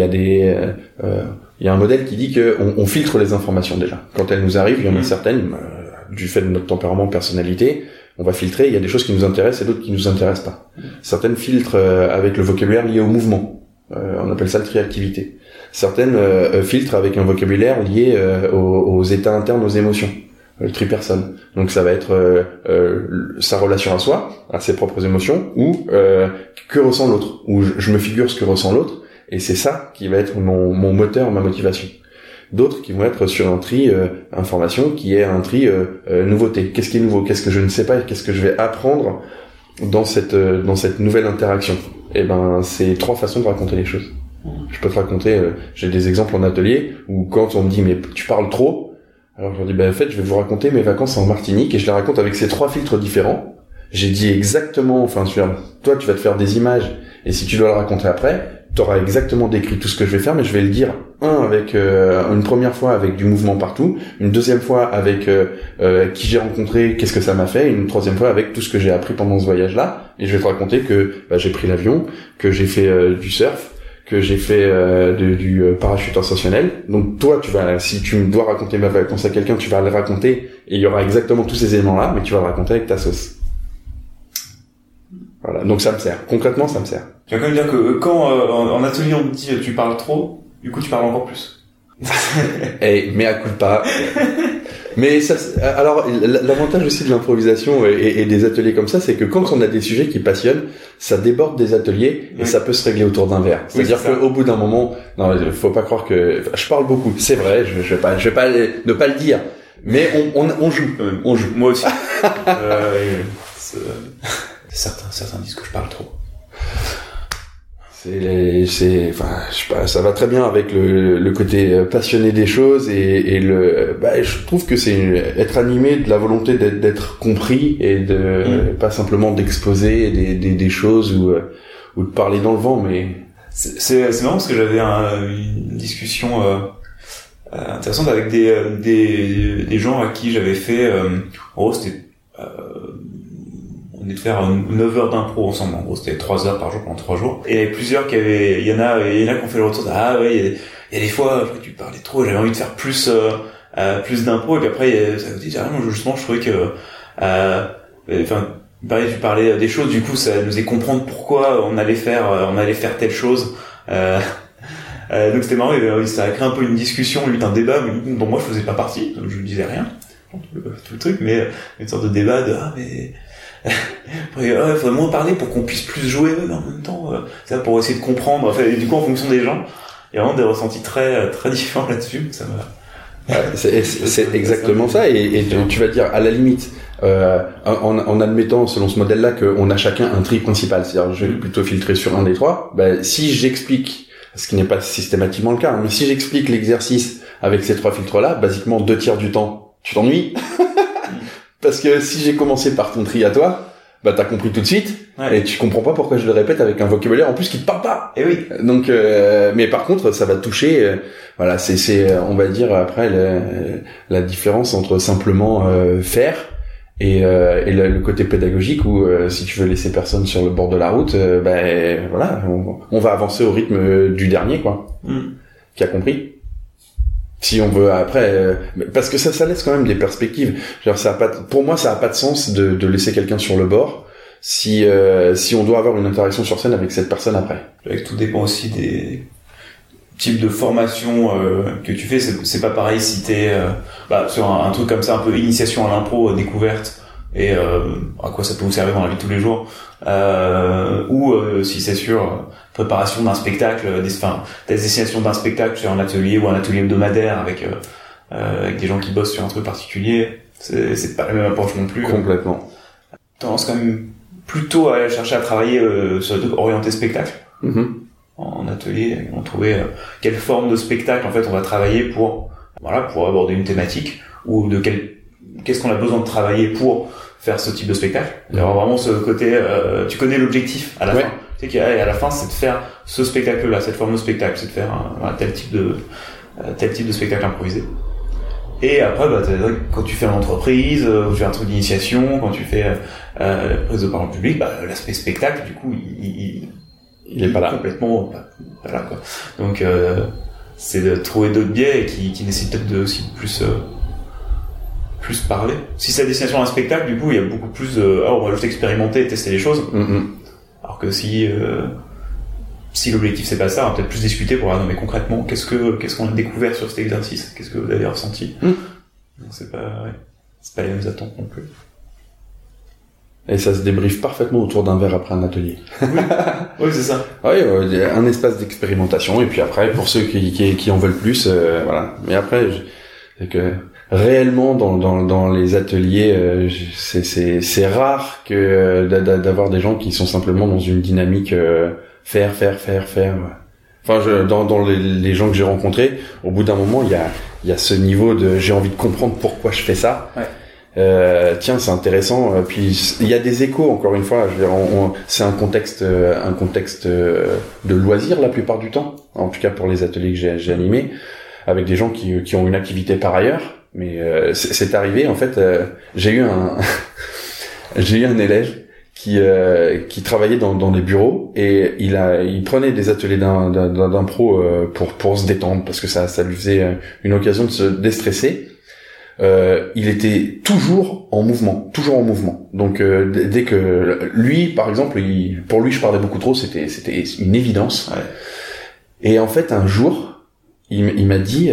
y a un modèle qui dit que on filtre les informations déjà. Quand elles nous arrivent, il y en a certaines, du fait de notre tempérament, personnalité, on va filtrer. Il y a des choses qui nous intéressent et d'autres qui nous intéressent pas. Certaines filtrent avec le vocabulaire lié au mouvement. On appelle ça le triactivité. Certaines filtrent avec un vocabulaire lié aux états internes, aux émotions. Le tri-personne. Donc ça va être sa relation à soi, à ses propres émotions, ou que ressent l'autre, ou je me figure ce que ressent l'autre, et c'est ça qui va être mon moteur, ma motivation. D'autres qui vont être sur un tri information, qui est un tri nouveauté. Qu'est-ce qui est nouveau? Qu'est-ce que je ne sais pas? Et qu'est-ce que je vais apprendre dans cette nouvelle interaction? C'est trois façons de raconter les choses. Je peux te raconter, j'ai des exemples en atelier où quand on me dit mais tu parles trop, alors je leur dis en fait je vais vous raconter mes vacances en Martinique, et je les raconte avec ces trois filtres différents. J'ai dit exactement, toi tu vas te faire des images, et si tu dois le raconter après, tu auras exactement décrit tout ce que je vais faire, mais je vais le dire avec une première fois avec du mouvement partout, une deuxième fois avec qui j'ai rencontré, qu'est-ce que ça m'a fait, et une troisième fois avec tout ce que j'ai appris pendant ce voyage-là, et je vais te raconter que j'ai pris l'avion, que j'ai fait du surf, que j'ai fait du parachute ascensionnel. Donc toi, si tu me dois raconter ma vacances à quelqu'un, tu vas le raconter, et il y aura exactement tous ces éléments-là, mais tu vas le raconter avec ta sauce. Voilà, donc ça me sert. Concrètement, ça me sert. Tu vas quand même dire que quand en atelier on te dit tu parles trop, du coup tu parles encore plus. Mea culpa. Mais ça, alors l'avantage aussi de l'improvisation et des ateliers comme ça, c'est que quand on a des sujets qui passionnent, ça déborde des ateliers et ça peut se régler autour d'un verre. C'est-à-dire qu'au bout d'un moment, non, faut pas croire que je parle beaucoup. C'est vrai, je vais pas ne pas le dire. Mais on joue. Moi aussi. Certains disent que je parle trop. Enfin, je sais pas, ça va très bien avec le côté passionné des choses et je trouve que c'est être animé de la volonté d'être compris et pas simplement d'exposer des choses ou de parler dans le vent, mais c'est marrant parce que j'avais une discussion intéressante avec des gens à qui j'avais fait en gros c'était on est de faire 9 heures d'impro ensemble. En gros, c'était 3 heures par jour pendant 3 jours. Et il y avait plusieurs il y en a qui ont fait le retour il y a des fois, tu parlais trop, j'avais envie de faire plus d'impro, et puis après, ça me dit, moi, justement, je trouvais que, pareil, tu parlais des choses, du coup, ça nous faisait comprendre pourquoi on allait faire telle chose. Donc c'était marrant, ça a créé un peu une discussion, limite un débat, mais bon, moi, je faisais pas partie, donc je ne disais rien. Tout le truc, mais une sorte de débat de, il faudrait moins parler pour qu'on puisse plus jouer, mais en même temps, ça pour essayer de comprendre. Enfin, et du coup, en fonction des gens, il y a vraiment des ressentis très, très différents là-dessus. Ça va. C'est exactement ça. Et tu vas dire, à la limite, en admettant, selon ce modèle-là, qu'on a chacun un tri principal, c'est-à-dire, je vais plutôt filtrer sur un des trois. Si j'explique, ce qui n'est pas systématiquement le cas, mais si j'explique l'exercice avec ces 3 filtres-là, basiquement 2/3 du temps, tu t'ennuies. Parce que si j'ai commencé par ton tri à toi, t'as compris tout de suite, et tu comprends pas pourquoi je le répète avec un vocabulaire en plus qui te parle pas. Et oui. Donc, mais par contre, ça va toucher, c'est, on va dire après la différence entre simplement faire et le côté pédagogique où si tu veux laisser personne sur le bord de la route, on va avancer au rythme du dernier, quoi, qui a compris. Si on veut après, parce que ça laisse quand même des perspectives. Genre pour moi, ça a pas de sens de laisser quelqu'un sur le bord si on doit avoir une interaction sur scène avec cette personne après. Tout dépend aussi des types de formation que tu fais. C'est pas pareil si t'es sur un truc comme ça, un peu initiation à l'impro, découverte, et à quoi ça peut vous servir dans la vie de tous les jours, ou si c'est sur préparation d'un spectacle, des destinations d'un spectacle sur un atelier ou un atelier hebdomadaire avec des gens qui bossent sur un truc particulier, c'est pas la même approche non plus. Complètement. Tendance quand même plutôt à chercher à travailler sur orienté spectacle. En atelier, on trouvait quelle forme de spectacle en fait on va travailler pour aborder une thématique, ou qu'est-ce qu'on a besoin de travailler pour faire ce type de spectacle. Il y a vraiment ce côté, tu connais l'objectif à la fin. Tu sais qu'à la fin, c'est de faire ce spectacle-là, cette forme de spectacle, c'est de faire tel type de spectacle improvisé. Et après, quand tu fais une entreprise, tu fais un truc d'initiation, quand tu fais prise de parole publique, l'aspect spectacle, du coup, il est pas là. Complètement pas là, quoi. Donc, c'est de trouver d'autres biais qui nécessitent peut-être de aussi plus parler. Si c'est la destination d'un spectacle, du coup, il y a beaucoup plus de on va juste expérimenter et tester les choses. Alors que si l'objectif c'est pas ça, on va peut-être plus discuter pour non mais concrètement, qu'est-ce qu'on a découvert sur cet exercice, qu'est-ce que vous avez ressenti. Donc c'est pas les mêmes attentes non plus. Et ça se débriefe parfaitement autour d'un verre après un atelier. Oui, c'est ça. Oui, un espace d'expérimentation, et puis après, pour ceux qui en veulent plus, voilà. Mais après, c'est que réellement dans les ateliers, c'est rare que d'avoir des gens qui sont simplement dans une dynamique faire. Enfin, dans les gens que j'ai rencontrés, au bout d'un moment, il y a ce niveau de j'ai envie de comprendre pourquoi je fais ça. Tiens, c'est intéressant. Puis il y a des échos, encore une fois. Je veux dire, c'est un contexte de loisir la plupart du temps. En tout cas pour les ateliers que j'ai animés, avec des gens qui ont une activité par ailleurs. Mais c'est arrivé en fait. J'ai eu un élève qui travaillait dans des bureaux, et il prenait des ateliers d'impro pour se détendre, parce que ça lui faisait une occasion de se déstresser. Il était toujours en mouvement. Donc dès que lui, par exemple, pour lui je parlais beaucoup trop, c'était une évidence. Et en fait un jour, il m'a dit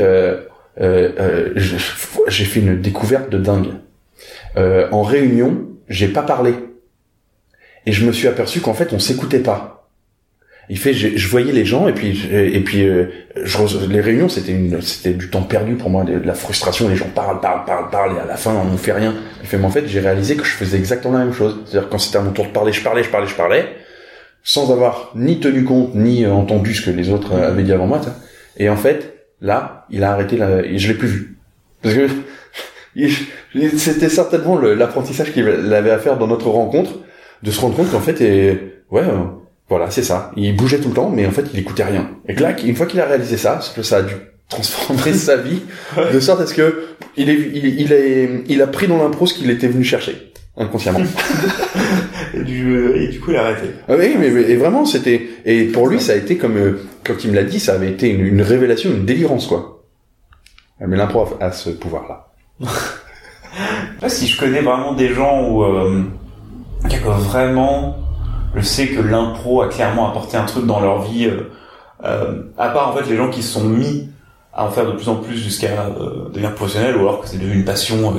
j'ai fait une découverte de dingue. En réunion, j'ai pas parlé. Et je me suis aperçu qu'en fait, on s'écoutait pas. Il fait, je voyais les gens et puis les réunions c'était du temps perdu pour moi, de la frustration. Les gens parlent et à la fin on ne fait rien. Il fait, mais en fait j'ai réalisé que je faisais exactement la même chose. C'est-à-dire quand c'était à mon tour de parler, je parlais, sans avoir ni tenu compte ni entendu ce que les autres avaient dit avant moi. Et en fait là, il a arrêté et je l'ai plus vu parce que c'était certainement l'apprentissage qu'il avait à faire dans notre rencontre, de se rendre compte qu'en fait voilà, c'est ça. Il bougeait tout le temps, mais en fait, il écoutait rien. Et que là, une fois qu'il a réalisé ça, c'est que ça a dû transformer sa vie, de sorte à ce que il a pris dans l'impro ce qu'il était venu chercher, inconsciemment. et du coup, il a arrêté. Ah oui, mais vraiment, et pour lui, ça a été comme, quand il me l'a dit, ça avait été une révélation, une délivrance, quoi. Mais l'impro a ce pouvoir-là. Là, si je connais vraiment des gens où, vraiment, je sais que l'impro a clairement apporté un truc dans leur vie, à part en fait les gens qui se sont mis à en faire de plus en plus jusqu'à devenir professionnel, ou alors que c'est devenu une passion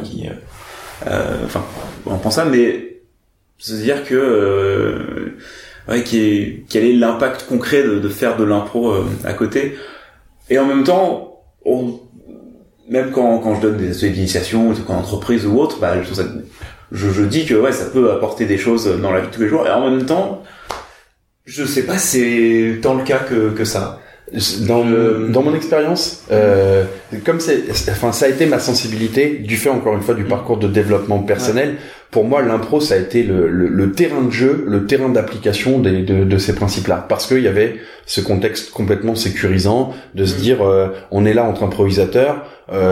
on pense ça, mais c'est-à-dire que quel est l'impact concret de faire de l'impro à côté. Et en même temps, même quand je donne des ateliers d'initiation en entreprise ou autre, je dis que ça peut apporter des choses dans la vie de tous les jours, et en même temps je sais pas si c'est tant le cas que ça. Dans mon expérience, comme ça a été ma sensibilité du fait, encore une fois, du parcours de développement personnel. Ouais. Pour moi, l'impro, ça a été le terrain de jeu, le terrain d'application de ces principes-là, parce qu'il y avait ce contexte complètement sécurisant de se dire, on est là entre improvisateurs,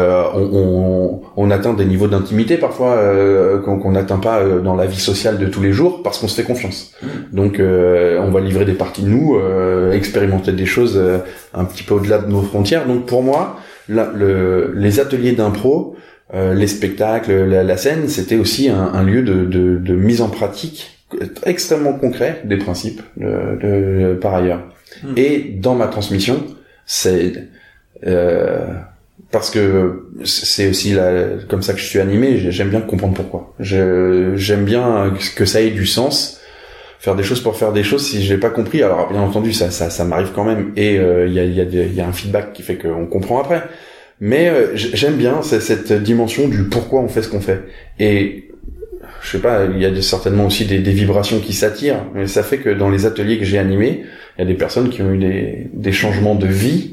on atteint des niveaux d'intimité parfois qu'on n'atteint pas dans la vie sociale de tous les jours, parce qu'on se fait confiance. Donc, on va livrer des parties de nous, expérimenter des choses un petit peu au-delà de nos frontières. Donc, pour moi, les ateliers d'impro, les spectacles, la scène, c'était aussi un lieu de mise en pratique extrêmement concret des principes par ailleurs. Et dans ma transmission, c'est parce que c'est aussi comme ça que je suis animé, j'aime bien comprendre pourquoi. J'aime bien que ça ait du sens. Faire des choses pour faire des choses, si je l'ai pas compris, alors bien entendu ça m'arrive quand même, et il y a un feedback qui fait qu'on comprend après. Mais j'aime bien cette dimension du pourquoi on fait ce qu'on fait. Et je sais pas, il y a certainement aussi des vibrations qui s'attirent, mais ça fait que dans les ateliers que j'ai animés, il y a des personnes qui ont eu des changements de vie,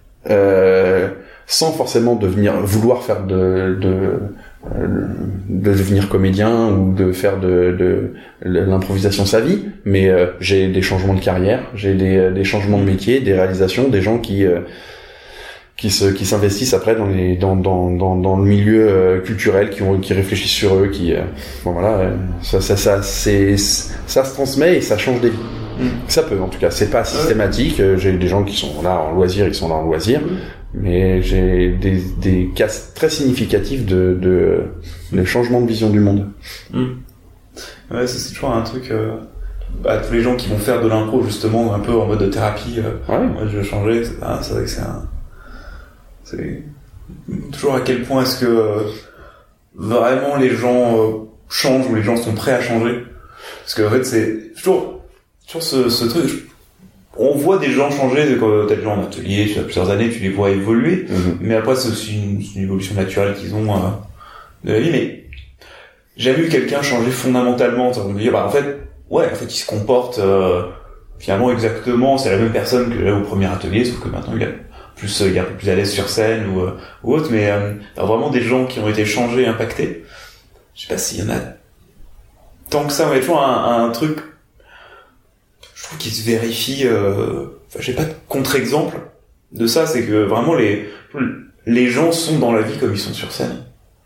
sans forcément vouloir faire de devenir comédien ou de faire de l'improvisation sa vie, mais j'ai des changements de carrière, j'ai des changements de métier, des réalisations, des gens qui s'investissent après dans le milieu culturel, qui réfléchissent sur eux, ça se transmet et ça change des vies. Ça peut, en tout cas, c'est pas systématique. J'ai des gens qui sont là en loisir, mais j'ai des cas très significatifs de changement de vision du monde. Ouais, ça, c'est toujours un truc. Tous les gens qui vont faire de l'impro justement un peu en mode thérapie, moi je vais changer, etc. C'est vrai que c'est toujours à quel point est-ce que vraiment les gens changent, ou les gens sont prêts à changer. Parce que en fait c'est toujours ce truc. On voit des gens changer quand t'as des gens en atelier, tu as plusieurs années, tu les vois évoluer, mais après c'est aussi une évolution naturelle qu'ils ont de la vie. Mais j'ai vu quelqu'un changer fondamentalement. On me dit en fait il se comporte finalement exactement, c'est la même personne que au premier atelier, sauf que maintenant il est un peu plus à l'aise sur scène ou autre. Mais vraiment des gens qui ont été changés, impactés. Je sais pas s'il y en a tant que ça. Il y a toujours un truc, je trouve, qui se vérifie. J'ai pas de contre-exemple de ça. C'est que vraiment les gens sont dans la vie comme ils sont sur scène.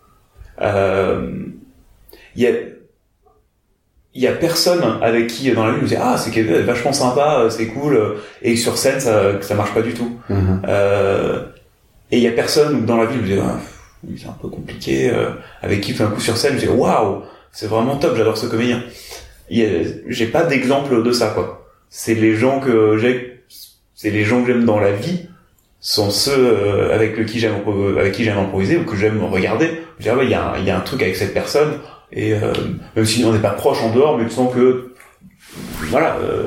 Il y a personne avec qui dans la vie on me dit c'est vachement sympa, c'est cool, et sur scène ça marche pas du tout. Et il y a personne dans la vie on me dit c'est un peu compliqué, avec qui tout d'un coup sur scène je dis waouh, c'est vraiment top, j'adore ce comédien. J'ai pas d'exemple de ça, quoi. C'est les gens que j'aime dans la vie sont ceux avec qui j'aime improviser ou que j'aime regarder. Je dis il y a un truc avec cette personne. Et même si on n'est pas proche en dehors, mais tu sens que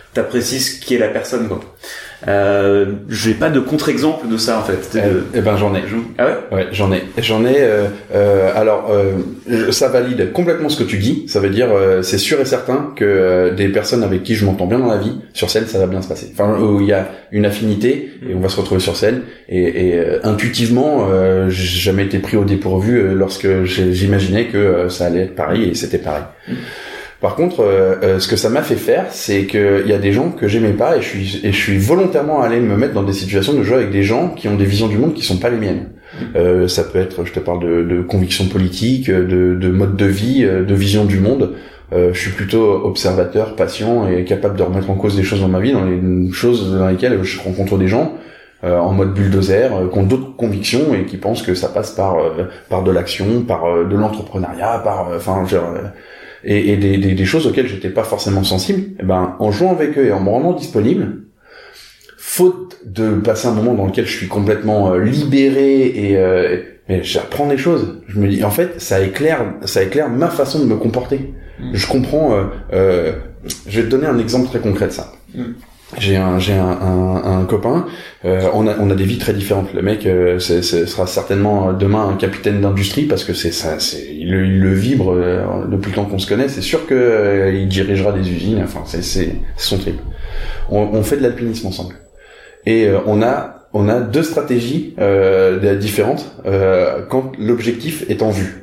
t'apprécies ce qui est la personne, quoi. J'ai pas de contre-exemple de ça en fait. Eh ben j'en ai. Ah ouais? Ouais, j'en ai. Alors, ça valide complètement ce que tu dis. Ça veut dire, c'est sûr et certain que des personnes avec qui je m'entends bien dans la vie, sur scène, ça va bien se passer. Enfin, où il y a une affinité et on va se retrouver sur scène. Et intuitivement, j'ai jamais été pris au dépourvu lorsque j'imaginais que ça allait être pareil et c'était pareil. Par contre, ce que ça m'a fait faire, c'est que il y a des gens que j'aimais pas et je suis volontairement allé me mettre dans des situations de jouer avec des gens qui ont des visions du monde qui sont pas les miennes. Ça peut être, je te parle de convictions politiques, de mode de vie, de vision du monde. Je suis plutôt observateur, patient et capable de remettre en cause des choses dans ma vie, dans les choses dans lesquelles je rencontre des gens en mode bulldozer, qui ont d'autres convictions et qui pensent que ça passe par de l'action, par de l'entrepreneuriat, et des choses auxquelles j'étais pas forcément sensible. Et ben, en jouant avec eux et en me rendant disponible, faute de passer un moment dans lequel je suis complètement libéré mais j'apprends des choses. Je me dis, en fait, ça éclaire ma façon de me comporter. Je comprends. Je vais te donner un exemple très concret de ça. J'ai un copain, on a des vies très différentes. Le mec ce sera certainement demain un capitaine d'industrie parce que il le vibre depuis le temps qu'on se connaît. C'est sûr que il dirigera des usines. Enfin, c'est son trip. On fait de l'alpinisme ensemble et on a deux stratégies différentes quand l'objectif est en vue.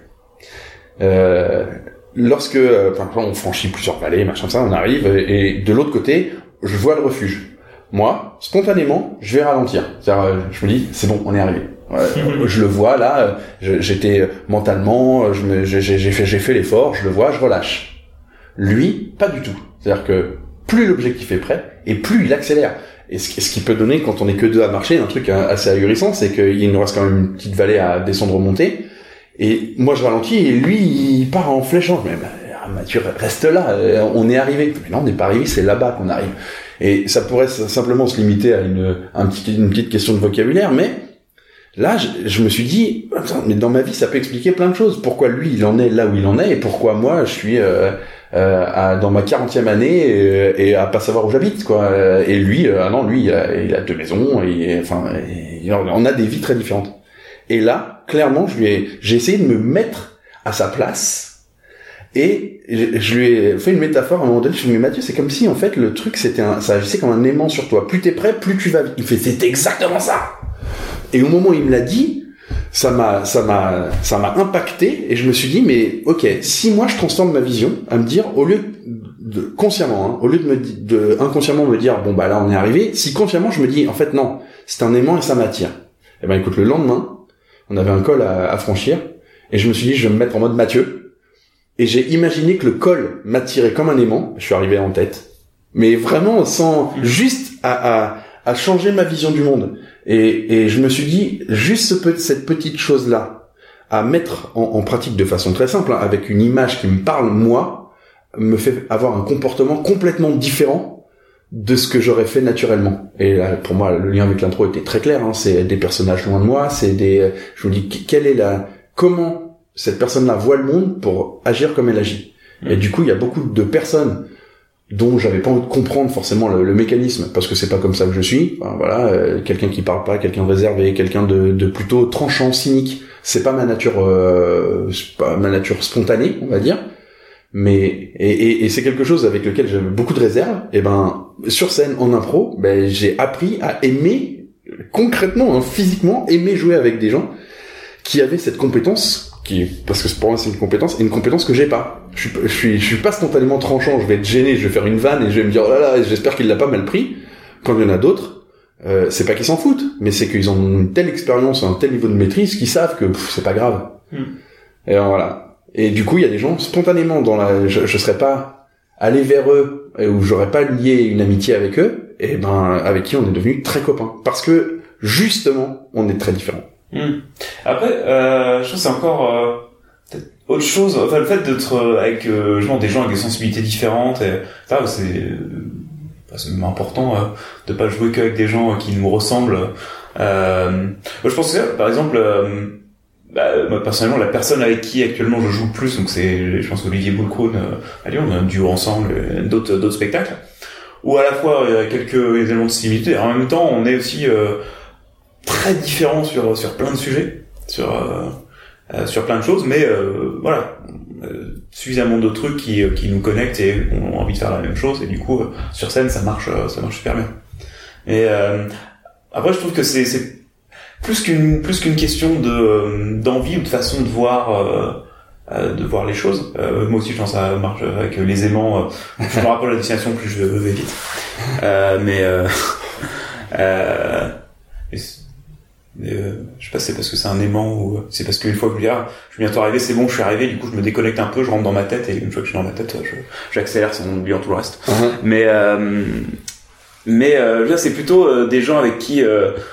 Lorsque on franchit plusieurs vallées, machin ça, on arrive et de l'autre côté je vois le refuge. Moi, spontanément, je vais ralentir. C'est-à-dire, je me dis, c'est bon, on est arrivé. Je le vois là. J'étais mentalement, j'ai fait l'effort. Je le vois, je relâche. Lui, pas du tout. C'est-à-dire que plus l'objectif est prêt et plus il accélère. Et ce qui peut donner, quand on est que deux à marcher, un truc assez ahurissant, c'est qu'il nous reste quand même une petite vallée à descendre, remonter. Et moi, je ralentis et lui, il part en fléchant. Je me dis, Mathieu, reste là, on est arrivé. Mais non, on n'est pas arrivé, c'est là-bas qu'on arrive. Et ça pourrait simplement se limiter à une petite question de vocabulaire, mais là, je me suis dit, mais dans ma vie, ça peut expliquer plein de choses. Pourquoi lui, il en est là où il en est, et pourquoi moi, je suis dans ma 40e année et à pas savoir où j'habite, quoi. Et lui, il a deux maisons, on a des vies très différentes. Et là, clairement, j'ai essayé de me mettre à sa place. Et je lui ai fait une métaphore à un moment donné. Je lui ai dit, Mathieu, c'est comme si en fait le truc ça agissait comme un aimant sur toi. Plus t'es prêt, plus tu vas vite. Il fait, c'est exactement ça. Et au moment où il me l'a dit, ça m'a impacté et je me suis dit, mais ok, si moi je transforme ma vision à me dire, au lieu de consciemment, au lieu de inconsciemment me dire, bon bah là on est arrivé, si consciemment je me dis, en fait non, c'est un aimant et ça m'attire. Et ben écoute, le lendemain, on avait un col à franchir et je me suis dit, je vais me mettre en mode Mathieu. Et j'ai imaginé que le col m'attirait comme un aimant. Je suis arrivé en tête. Mais vraiment juste à changer ma vision du monde. Et je me suis dit, juste cette petite chose-là, à mettre en pratique de façon très simple, avec une image qui me parle, moi, me fait avoir un comportement complètement différent de ce que j'aurais fait naturellement. Et là, pour moi, le lien avec l'intro était très clair, c'est des personnages loin de moi, je me dis, comment cette personne-là voit le monde pour agir comme elle agit. Et du coup, il y a beaucoup de personnes dont j'avais pas envie de comprendre forcément le mécanisme, parce que c'est pas comme ça que je suis. Enfin, voilà, quelqu'un qui parle pas, quelqu'un de réservé, quelqu'un de plutôt tranchant, cynique. C'est pas ma nature spontanée, on va dire. Mais et c'est quelque chose avec lequel j'avais beaucoup de réserve. Et ben sur scène en impro, j'ai appris à aimer concrètement, physiquement, aimer jouer avec des gens qui avaient cette compétence. Parce que pour moi c'est une compétence que j'ai pas. Je suis pas spontanément tranchant, je vais être gêné, je vais faire une vanne et je vais me dire oh là là, j'espère qu'il l'a pas mal pris. Quand il y en a d'autres, c'est pas qu'ils s'en foutent, mais c'est qu'ils ont une telle expérience, un tel niveau de maîtrise qu'ils savent que c'est pas grave. Et alors, voilà. Et du coup, il y a des gens spontanément je serais pas allé vers eux ou j'aurais pas lié une amitié avec eux, et avec qui on est devenus très copains parce que justement, on est très différents. Après, je trouve que c'est encore peut-être autre chose. Enfin, le fait d'être avec des gens avec des sensibilités différentes, c'est même important de pas jouer qu'avec des gens qui nous ressemblent. Je pense que par exemple, moi personnellement, la personne avec qui actuellement je joue le plus, donc je pense Olivier Boulcroon, on a un duo ensemble, d'autres spectacles. où à la fois il y a quelques éléments de similitude et en même temps on est aussi très différents sur plein de sujets, sur plein de choses, mais voilà, suffisamment de trucs qui nous connectent et on a envie de faire la même chose, et du coup sur scène ça marche super bien. Et après je trouve que c'est plus qu'une question d'envie ou de façon de voir les choses. Moi aussi je pense que ça marche avec les aimants. Plus je me rapproche de la destination, plus je vais vite. Je sais pas si c'est parce que c'est un aimant ou c'est parce qu'une fois que je suis bientôt arrivé, c'est bon, je suis arrivé, du coup je me déconnecte un peu, je rentre dans ma tête, et une fois que je suis dans ma tête, j'accélère sans oubliant tout le reste. Mais là c'est plutôt des gens avec qui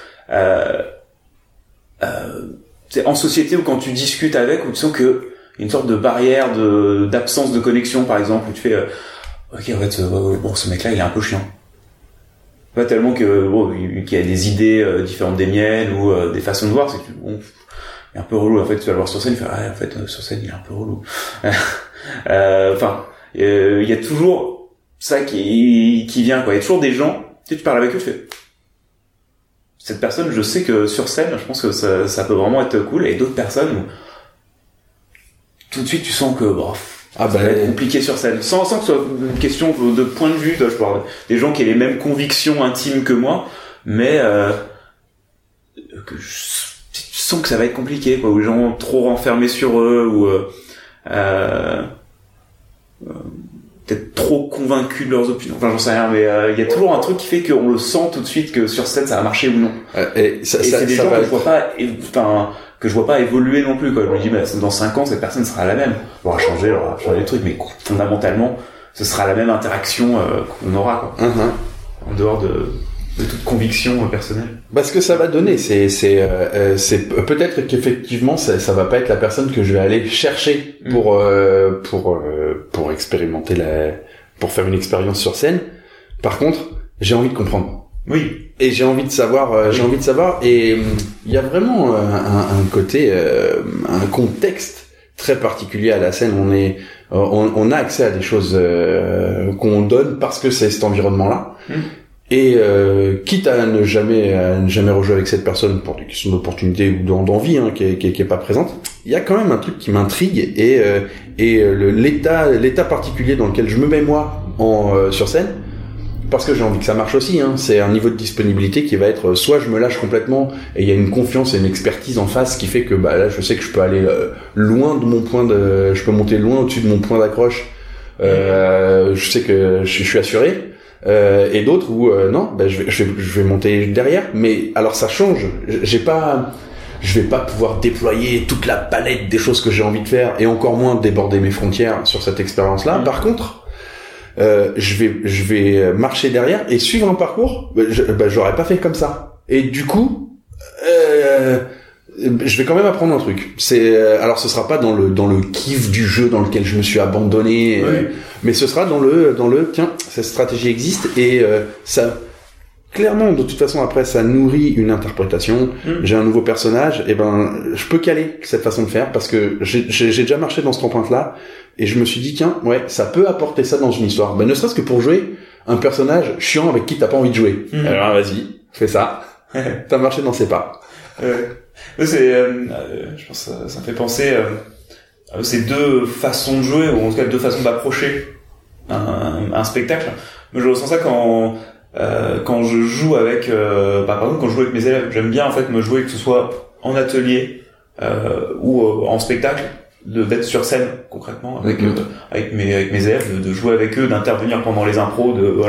c'est en société, ou quand tu discutes avec, où tu sens que une sorte de barrière d'absence de connexion, par exemple, où tu fais ok, en fait bon, ce mec là il est un peu chiant, pas tellement que qu'il y a des idées différentes des miennes ou des façons de voir, c'est que bon, il est un peu relou, en fait tu vas le voir sur scène, tu fais en fait sur scène il est un peu relou. Enfin il y a toujours ça qui vient, quoi. Il y a toujours des gens, tu parles avec eux, tu fais cette personne, je sais que sur scène, je pense que ça peut vraiment être cool, et d'autres personnes où tout de suite tu sens que ça va être compliqué sur scène, sans que ce soit une question de point de vue. Je parle des gens qui ont les mêmes convictions intimes que moi, mais que je sens que ça va être compliqué, quoi, ou les gens trop renfermés sur eux, ou peut-être trop convaincus de leurs opinions, enfin j'en sais rien, mais il y a toujours un truc qui fait qu'on le sent tout de suite que sur scène ça va marcher ou non. Et c'est des gens que je vois pas évoluer non plus, quoi. Je me dis dans 5 ans cette personne sera la même, elle aura changé des trucs, mais fondamentalement ce sera la même interaction qu'on aura, quoi. En dehors de toute conviction personnelle. Ce que ça va donner, c'est peut-être qu'effectivement ça va pas être la personne que je vais aller chercher pour expérimenter pour faire une expérience sur scène. Par contre, j'ai envie de comprendre. Oui. Et j'ai envie de savoir, et il y a vraiment un côté, un contexte très particulier à la scène. On a accès à des choses qu'on donne parce que c'est cet environnement-là. Et quitte à ne jamais rejouer avec cette personne pour des questions d'opportunité ou d'envie, qui est pas présente, il y a quand même un truc qui m'intrigue, et l'état particulier dans lequel je me mets moi sur scène, parce que j'ai envie que ça marche aussi. C'est un niveau de disponibilité qui va être soit je me lâche complètement et il y a une confiance et une expertise en face qui fait que là je sais que je peux aller loin de mon je peux monter loin au-dessus de mon point d'accroche. Je sais que je suis assuré. Et d'autres où non, je vais monter derrière, mais alors ça change. Je vais pas pouvoir déployer toute la palette des choses que j'ai envie de faire, et encore moins déborder mes frontières sur cette expérience-là. Par contre, je vais marcher derrière et suivre un parcours. J'aurais pas fait comme ça. Et du coup, je vais quand même apprendre un truc. Alors ce sera pas dans le kiff du jeu dans lequel je me suis abandonné, mais ce sera dans le tiens, cette stratégie existe, et ça clairement, de toute façon, après ça nourrit une interprétation. J'ai un nouveau personnage, et je peux caler cette façon de faire parce que j'ai déjà marché dans cette empreinte là, et je me suis dit tiens, ça peut apporter ça dans une histoire. Ne serait-ce que pour jouer un personnage chiant avec qui t'as pas envie de jouer. Alors vas-y, fais ça. T'as marché dans ses pas. Je pense que ça me fait penser à ces deux façons de jouer, ou en tout cas deux façons d'approcher un spectacle. Mais je ressens ça quand je joue avec par exemple quand je joue avec mes élèves. J'aime bien en fait me jouer, que ce soit en atelier ou en spectacle, d'être sur scène concrètement avec mes élèves, de jouer avec eux, d'intervenir pendant les impros,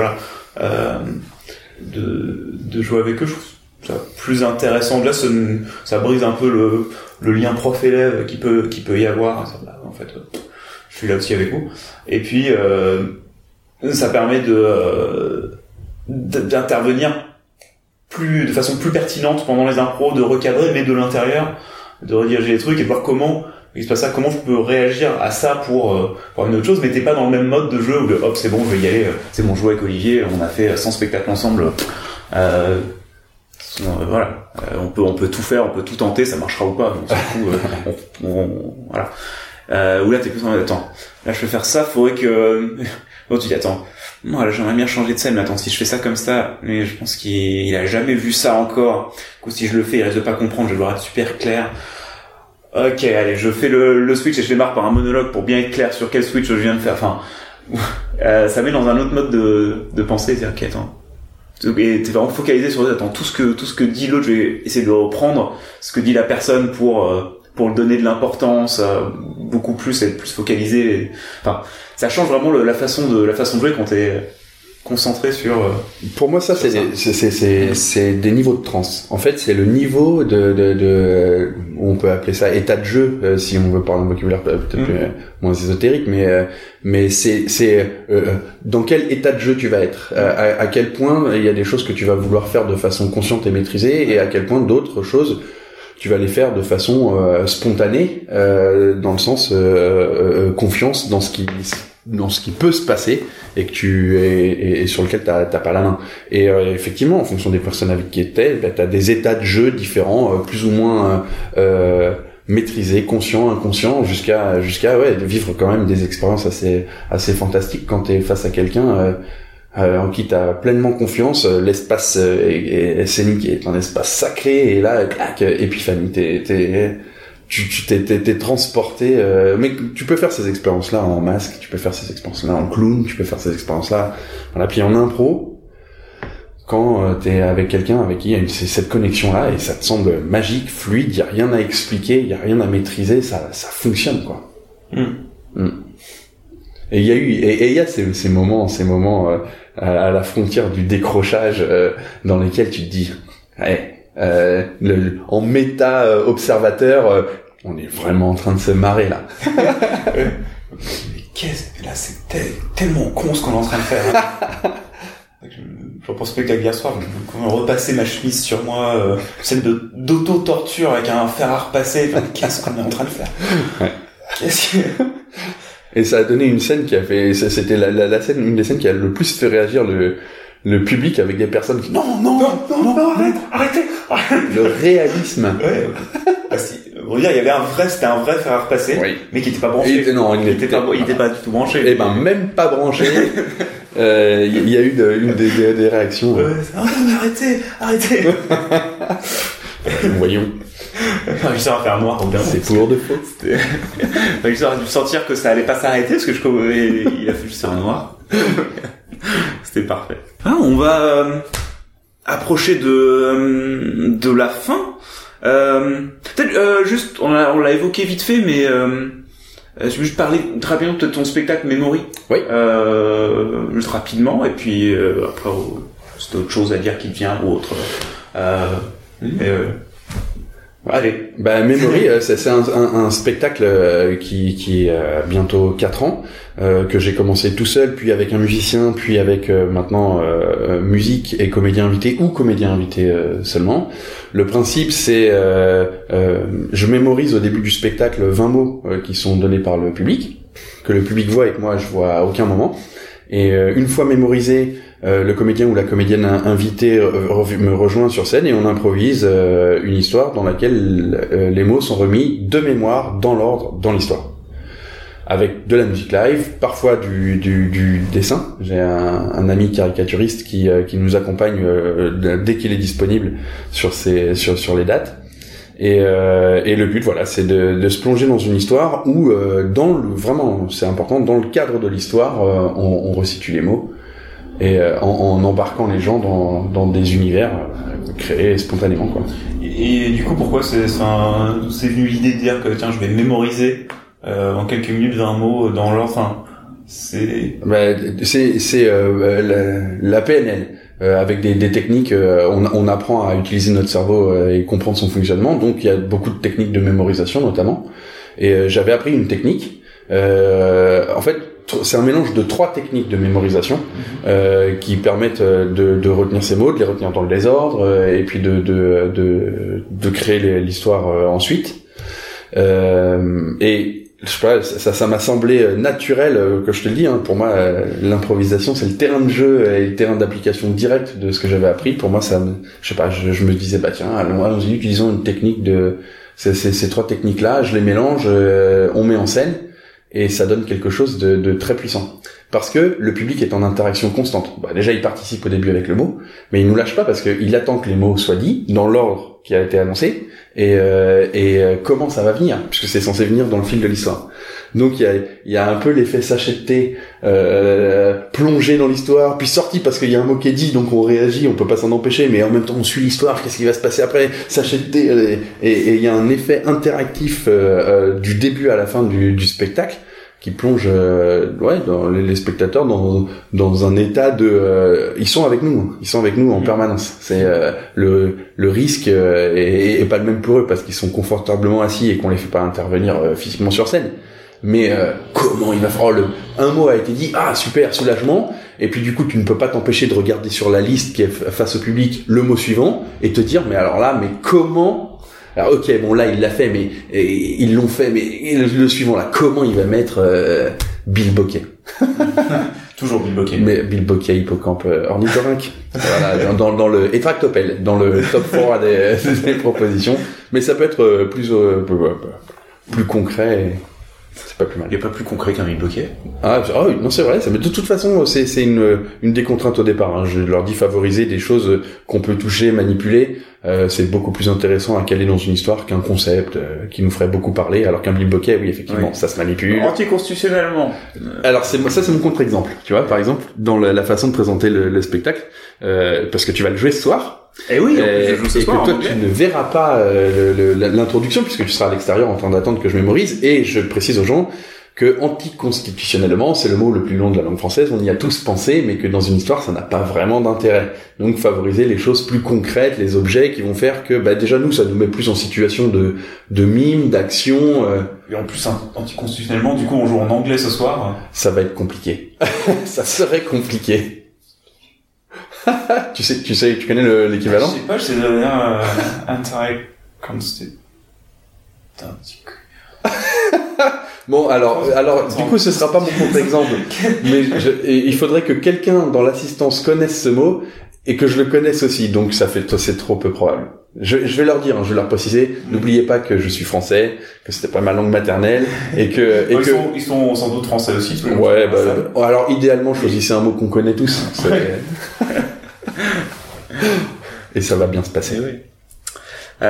de jouer avec eux. Je trouve ça plus intéressant. Là, ça brise un peu le lien prof-élève qui peut y avoir. En fait, je suis là aussi avec vous. Et puis, ça permet d'intervenir de façon plus pertinente pendant les impros, de recadrer, mais de l'intérieur, de rediriger les trucs et de voir comment il se passe ça, comment je peux réagir à ça pour une autre chose, mais t'es pas dans le même mode de jeu où hop, c'est bon, je vais y aller, c'est bon, je joue avec Olivier, on a fait 100 spectacles ensemble, voilà, on peut tout faire, on peut tout tenter, ça marchera ou pas, on s'en fout, voilà. Ou là t'es plus en attends, là je vais faire ça, faudrait que Bon, tu dis, attends, moi, là, j'aimerais bien changer de scène, mais attends, si je fais ça comme ça, mais je pense qu'il a jamais vu ça encore. Du coup, si je le fais, il risque de pas comprendre, je vais devoir être super clair. Ok, allez, je fais le switch et je démarre par un monologue pour bien être clair sur quel switch je viens de faire. Enfin, ça met dans un autre mode de pensée, c'est-à-dire, ok, attends. Et t'es vraiment focalisé sur, attends, tout ce que dit l'autre, je vais essayer de reprendre ce que dit la personne pour lui donner de l'importance, beaucoup plus, être plus focalisé. Enfin, ça change vraiment la façon de jouer quand t'es concentré sur. Pour moi, ça, c'est des niveaux de transe. En fait, c'est le niveau on peut appeler ça état de jeu, si on veut parler un vocabulaire peut-être moins ésotérique, mais c'est dans quel état de jeu tu vas être, à quel point il y a des choses que tu vas vouloir faire de façon consciente et maîtrisée, et à quel point d'autres choses tu vas les faire de façon spontanée, dans le sens confiance dans ce qui peut se passer et que et sur lequel t'as pas la main. Et effectivement, en fonction des personnes avec qui t'es, t'as des états de jeu différents, plus ou moins maîtrisés, conscients, inconscients, jusqu'à de vivre quand même des expériences assez fantastiques quand t'es face à quelqu'un en qui t'as pleinement confiance. L'espace scénique est un espace sacré, et là, clac, épiphanie, t'es transporté, mais tu peux faire ces expériences-là en masque, tu peux faire ces expériences-là en clown, tu peux faire ces expériences-là, voilà. Puis en impro, quand t'es avec quelqu'un avec qui il y a cette connexion-là, et ça te semble magique, fluide, il y a rien à expliquer, il y a rien à maîtriser, ça fonctionne, quoi. Et il y a ces moments à la frontière du décrochage, dans lesquels tu te dis, en méta observateur, on est vraiment en train de se marrer là. Là, c'est tellement con ce qu'on est en train de faire. Je repense spectacle hier soir, je repasser ma chemise sur moi, celle d'auto-torture avec un fer à repasser. Enfin, qu'est-ce qu'on est en train de faire? Ouais. Et ça a donné une scène c'était la scène, une des scènes qui a le plus fait réagir le public, avec des personnes qui non, arrêtez. Le réalisme. Ouais. Bon, il y avait c'était un vrai fer à repasser, oui, mais qui était pas branché. Il était pas du tout branché. Et même pas branché. Il y a eu des réactions. Arrêtez. Voyons. J'ai à faire noir au dernier. C'est pour de faux. J'ai dû sentir que ça allait pas s'arrêter, parce que il a fait juste un noir. C'était parfait. On va approcher de la fin. Peut-être juste, on l'a évoqué vite fait, mais je vais juste parler très rapidement de ton spectacle Memory. Oui. Juste rapidement, et puis après, c'est autre chose à dire qui vient ou autre. Allez. Memory, c'est un spectacle qui a bientôt 4 ans, que j'ai commencé tout seul, puis avec un musicien, puis avec maintenant musique et comédien invité ou comédien invité seulement. Le principe, c'est je mémorise au début du spectacle 20 mots qui sont donnés par le public, que le public voit et que moi je vois à aucun moment. Et une fois mémorisé, le comédien ou la comédienne invitée me rejoint sur scène, et on improvise une histoire dans laquelle les mots sont remis de mémoire, dans l'ordre, dans l'histoire, avec de la musique live, parfois du dessin. J'ai un ami caricaturiste qui nous accompagne dès qu'il est disponible sur les dates. Et le but, voilà, c'est de se plonger dans une histoire où vraiment, c'est important, dans le cadre de l'histoire, on resitue les mots, et en embarquant les gens dans des univers créés spontanément, quoi. Et du coup, pourquoi c'est venu l'idée de dire que tiens, je vais mémoriser en quelques minutes 20 mots dans l'ordre, enfin, c'est la PNL. Avec des techniques, on apprend à utiliser notre cerveau et comprendre son fonctionnement. Donc il y a beaucoup de techniques de mémorisation notamment. Et j'avais appris une technique. En fait, c'est un mélange de 3 techniques de mémorisation qui permettent de retenir ces mots, de les retenir dans le désordre, et puis de créer l'histoire ensuite. Et je sais pas, ça m'a semblé naturel, que je te le dis, hein. Pour moi, l'improvisation, c'est le terrain de jeu et le terrain d'application directe de ce que j'avais appris. Pour moi, je sais pas, je me disais, tiens, allons-y, utilisons une technique ces 3 techniques-là, je les mélange, on met en scène, et ça donne quelque chose de très puissant. parce que le public est en interaction constante. Bah, déjà, il participe au début avec le mot, mais il nous lâche pas parce qu'il attend que les mots soient dits dans l'ordre qui a été annoncé et comment ça va venir, puisque c'est censé venir dans le fil de l'histoire. Donc il y a un peu l'effet sachet de thé plongé dans l'histoire, puis sorti parce qu'il y a un mot qui est dit, donc on réagit, on peut pas s'en empêcher, mais en même temps on suit l'histoire, qu'est-ce qui va se passer après, sachet de thé, et il y a un effet interactif du début à la fin du spectacle qui plonge dans les spectateurs dans un état de ils sont avec nous en permanence. C'est le risque est pas le même pour eux parce qu'ils sont confortablement assis et qu'on les fait pas intervenir physiquement sur scène. Mais comment il va faire un mot a été dit, super, soulagement, et puis du coup tu ne peux pas t'empêcher de regarder sur la liste qui est face au public le mot suivant et te dire mais alors là, mais comment. Alors ok, bon là il l'a fait, mais ils l'ont fait, mais le suivant là, comment il va mettre Bill Bokeh. Toujours Bill Bokeh. Mais Bill Bokeh, hippocampe ornithorynque. Voilà, dans le et tractopelle, dans le top 4 des propositions. Mais ça peut être plus concret. Et c'est pas plus mal. Il n'y a pas plus concret qu'un Bill Bokeh. Oui, non c'est vrai. Mais de toute façon, c'est une des contraintes au départ. Hein. Je leur dis favoriser des choses qu'on peut toucher, manipuler. C'est beaucoup plus intéressant à caler dans une histoire qu'un concept qui nous ferait beaucoup parler. Alors qu'un Bill Bokeh, oui effectivement, ça se manipule. Anticonstitutionnellement. Alors c'est mon contre-exemple. Tu vois, par exemple, dans la façon de présenter le spectacle, parce que tu vas le jouer ce soir. Et oui, je joue ce soir. Et que toi, tu ne verras pas l'introduction puisque tu seras à l'extérieur en train d'attendre que je mémorise. Et je précise aux gens que anticonstitutionnellement, c'est le mot le plus long de la langue française. On y a tous pensé, mais que dans une histoire, ça n'a pas vraiment d'intérêt. Donc, favoriser les choses plus concrètes, les objets qui vont faire que, déjà nous, ça nous met plus en situation de mime, d'action. Et en plus, anticonstitutionnellement, du coup, on joue en anglais ce soir. Ça va être compliqué. Ça serait compliqué. Tu connais l'équivalent? Je sais pas, je sais rien. Anti-constitution. Bon, alors, du coup, ce sera pas mon contre-exemple, mais il faudrait que quelqu'un dans l'assistance connaisse ce mot et que je le connaisse aussi. Donc, c'est trop peu probable. Je vais leur dire, je vais leur préciser. N'oubliez pas que je suis français, que c'était pas ma langue maternelle et que ils sont sans doute français aussi. Ouais, alors idéalement, choisissez un mot qu'on connaît tous. Et ça va bien se passer. Oui.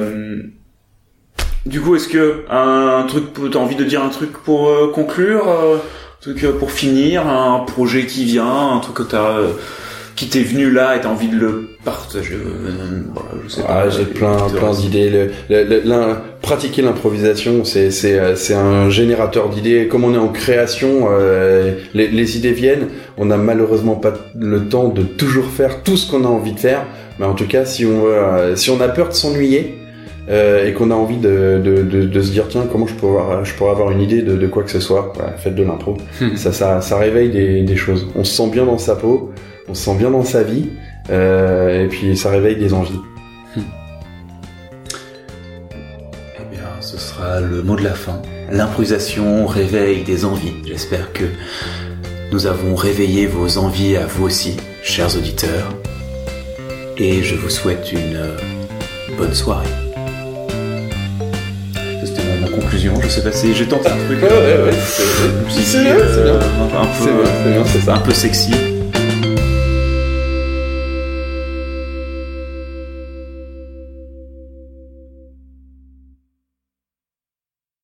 Du coup, est-ce que t'as envie de dire un truc pour conclure, un truc pour finir, un projet qui vient, un truc qui t'est venu là et t'as envie de le partager, je sais pas. J'ai plein d'idées. Pratiquer l'improvisation, c'est un générateur d'idées. Comme on est en création, les idées viennent. On n'a malheureusement pas le temps de toujours faire tout ce qu'on a envie de faire. Mais en tout cas, si on a peur de s'ennuyer, et qu'on a envie de se dire tiens, comment je pourrais avoir une idée de quoi que ce soit, faites de l'impro. Ça réveille des choses. On se sent bien dans sa peau, on se sent bien dans sa vie, et puis ça réveille des envies. Eh bien, ce sera le mot de la fin. L'improvisation réveille des envies. J'espère que nous avons réveillé vos envies à vous aussi, chers auditeurs. Et je vous souhaite une bonne soirée. C'était ma conclusion. Je sais pas si j'ai tenté un truc. C'est bien. Un peu sexy.